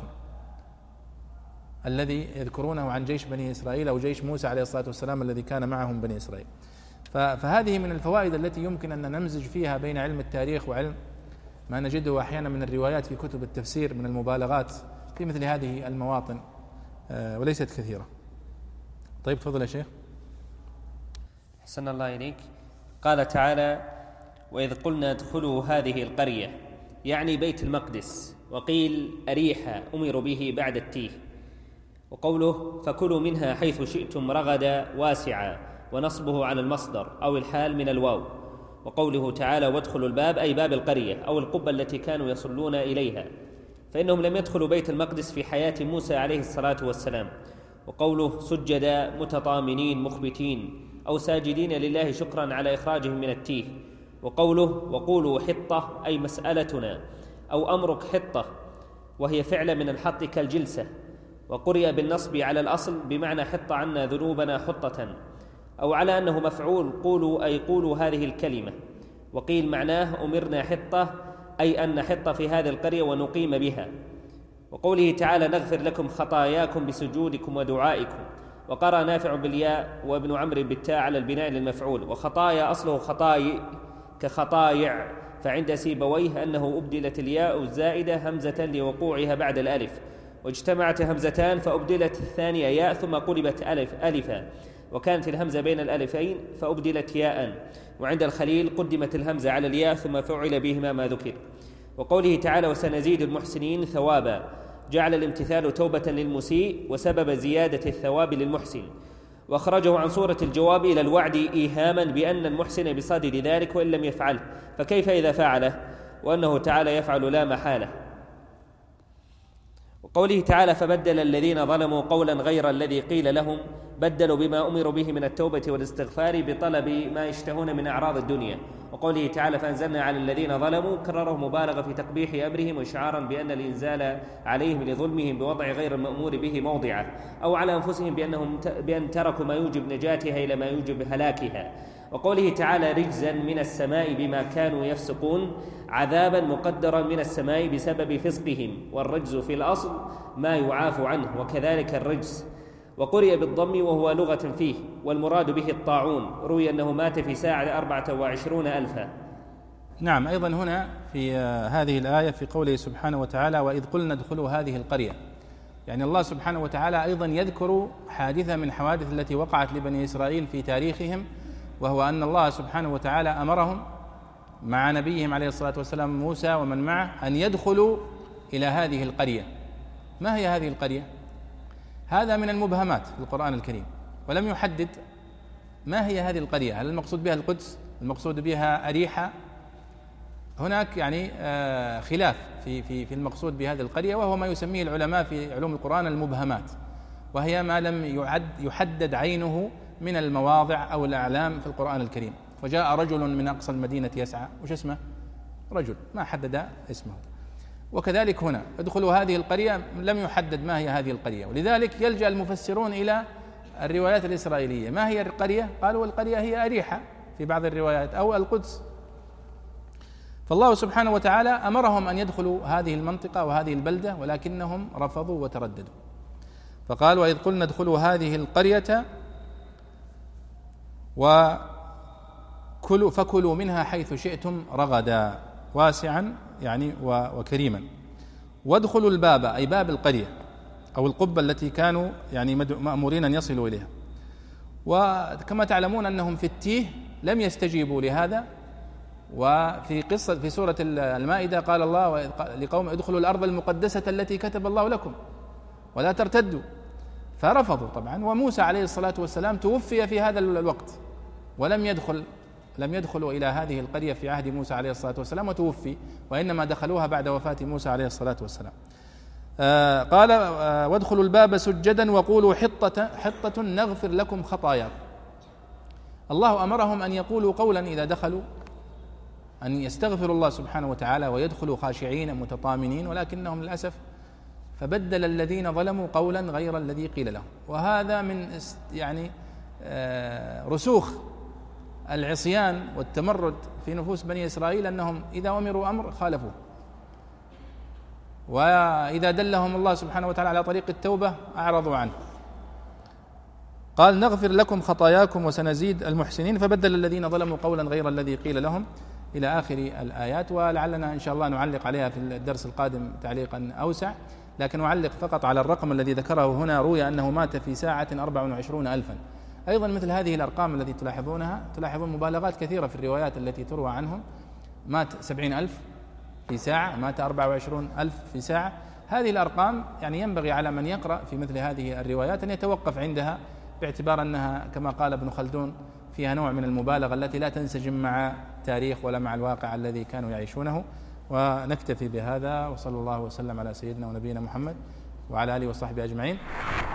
الذي يذكرونه عن جيش بني إسرائيل أو جيش موسى عليه الصلاة والسلام الذي كان معهم بني إسرائيل. فهذه من الفوائد التي يمكن أن نمزج فيها بين علم التاريخ وعلم ما نجده أحيانا من الروايات في كتب التفسير من المبالغات في مثل هذه المواطن، وليست كثيرة. طيب تفضل يا شيخ. حسن الله إليك. قال تعالى: وإذ قلنا ادخلوا هذه القرية، يعني بيت المقدس، وقيل أريحا أمر به بعد التيه. وقوله فكلوا منها حيث شئتم رغدا واسعا، ونصبه على المصدر أو الحال من الواو. وقوله تعالى وادخلوا الباب أي باب القرية أو القبة التي كانوا يصلون إليها، فإنهم لم يدخلوا بيت المقدس في حياة موسى عليه الصلاة والسلام. وقوله سجدا متطامنين مخبتين أو ساجدين لله شكرا على إخراجهم من التيه. وقوله وقولوا حطة أي مسألتنا أو أمرك حطة، وهي فعل من الحط كالجلسة. وقرئ بالنصب على الأصل بمعنى حط عنا ذنوبنا حطة، أو على أنه مفعول قولوا أي قولوا هذه الكلمة. وقيل معناه أمرنا حطة أي أن نحط في هذه القرية ونقيم بها. وقوله تعالى نغفر لكم خطاياكم بسجودكم ودعائكم. وقرأ نافع بالياء وابن عمرو بالتاء على البناء للمفعول. وخطايا أصله خطاي كخطايع، فعند سيبويه أنه أبدلت الياء الزائدة همزة لوقوعها بعد الألف، واجتمعت همزتان فأبدلت الثانية ياء ثم قلبت ألف ألفا، وكانت الهمزة بين الألفين فأبدلت ياء. وعند الخليل قدمت الهمزة على الياء ثم فعل بهما ما ذكر. وقوله تعالى وسنزيد المحسنين ثوابا، جعل الامتثال توبة للمسيء وسبب زيادة الثواب للمحسن. وأخرجه عن صورة الجواب إلى الوعد إيهاما بأن المحسن بصدد ذلك وإن لم يفعله، فكيف إذا فعله، وأنه تعالى يفعل لا محالة. وقوله تعالى فبدل الذين ظلموا قولا غير الذي قيل لهم بدلوا بما أمروا به من التوبة والاستغفار بطلب ما يشتهون من أعراض الدنيا. وقوله تعالى فأنزلنا على الذين ظلموا كرره مبالغة في تقبيح أمرهم وإشعارا بأن الإنزال عليهم لظلمهم بوضع غير المأمور به موضعه، أو على أنفسهم بأنهم بأن تركوا ما يوجب نجاتها إلى ما يوجب هلاكها. وقوله تعالى رجزا من السماء بما كانوا يفسقون عذابا مقدرا من السماء بسبب فسقهم، والرجز في الأصل ما يعاف عنه وكذلك الرجز. وقرئ بالضم وهو لغة فيه، والمراد به الطاعون، روي أنه مات في ساعة أربعة وعشرون ألفا. نعم، أيضا هنا في هذه الآية في قوله سبحانه وتعالى وإذ قلنا ادخلوا هذه القرية، يعني الله سبحانه وتعالى أيضا يذكر حادثة من حوادث التي وقعت لبني إسرائيل في تاريخهم، وهو أن الله سبحانه وتعالى أمرهم مع نبيهم عليه الصلاة والسلام موسى ومن معه أن يدخلوا إلى هذه القرية. ما هي هذه القرية؟ هذا من المبهمات في القرآن الكريم، ولم يحدد ما هي هذه القرية. هل المقصود بها القدس؟ المقصود بها أريحة؟ هناك يعني خلاف في في في المقصود بهذه القرية، وهو ما يسميه العلماء في علوم القرآن المبهمات، وهي ما لم يعد يحدد عينه من المواضع أو الأعلام في القرآن الكريم. فجاء رجل من أقصى المدينة يسعى، وش اسمه؟ رجل، ما حدد اسمه. وكذلك هنا ادخلوا هذه القرية، لم يحدد ما هي هذه القرية، ولذلك يلجأ المفسرون إلى الروايات الإسرائيلية. ما هي القرية؟ قالوا القرية هي أريحة في بعض الروايات أو القدس. فالله سبحانه وتعالى أمرهم أن يدخلوا هذه المنطقة وهذه البلدة، ولكنهم رفضوا وترددوا. فقال وإذ قلنا ادخلوا هذه القرية وكلوا فكلوا منها حيث شئتم رغدا واسعا يعني وكريما، وادخلوا الباب أي باب القرية أو القبة التي كانوا يعني مأمورين أن يصلوا إليها. وكما تعلمون أنهم في التيه لم يستجيبوا لهذا. وفي قصة في سورة المائدة قال الله لقوم ادخلوا الأرض المقدسة التي كتب الله لكم ولا ترتدوا، فرفضوا طبعا. وموسى عليه الصلاة والسلام توفي في هذا الوقت ولم يدخل لم يدخلوا إلى هذه القرية في عهد موسى عليه الصلاة والسلام وتوفي، وإنما دخلوها بعد وفاة موسى عليه الصلاة والسلام. آه قال آه وادخلوا الباب سجدا وقولوا حطة حطة نغفر لكم خطاياكم. الله أمرهم أن يقولوا قولا إذا دخلوا، أن يستغفروا الله سبحانه وتعالى ويدخلوا خاشعين متطامنين، ولكنهم للأسف فبدل الذين ظلموا قولا غير الذي قيل لهم. وهذا من يعني آه رسوخ العصيان والتمرد في نفوس بني إسرائيل، أنهم إذا أمروا أمر خالفوه، وإذا دلهم الله سبحانه وتعالى على طريق التوبة أعرضوا عنه. قال نغفر لكم خطاياكم وسنزيد المحسنين فبدل الذين ظلموا قولا غير الذي قيل لهم إلى آخر الآيات. ولعلنا إن شاء الله نعلق عليها في الدرس القادم تعليقا أوسع، لكن أعلق فقط على الرقم الذي ذكره هنا، روي أنه مات في ساعة أربعة وعشرين ألفا. أيضا مثل هذه الأرقام التي تلاحظونها، تلاحظون مبالغات كثيرة في الروايات التي تروى عنهم. مات سبعين ألف في ساعة، مات أربعة وعشرين ألف في ساعة. هذه الأرقام يعني ينبغي على من يقرأ في مثل هذه الروايات أن يتوقف عندها، باعتبار أنها كما قال ابن خلدون فيها نوع من المبالغة التي لا تنسجم مع التاريخ ولا مع الواقع الذي كانوا يعيشونه. ونكتفي بهذا، وصلى الله وسلم على سيدنا ونبينا محمد وعلى آله وصحبه أجمعين.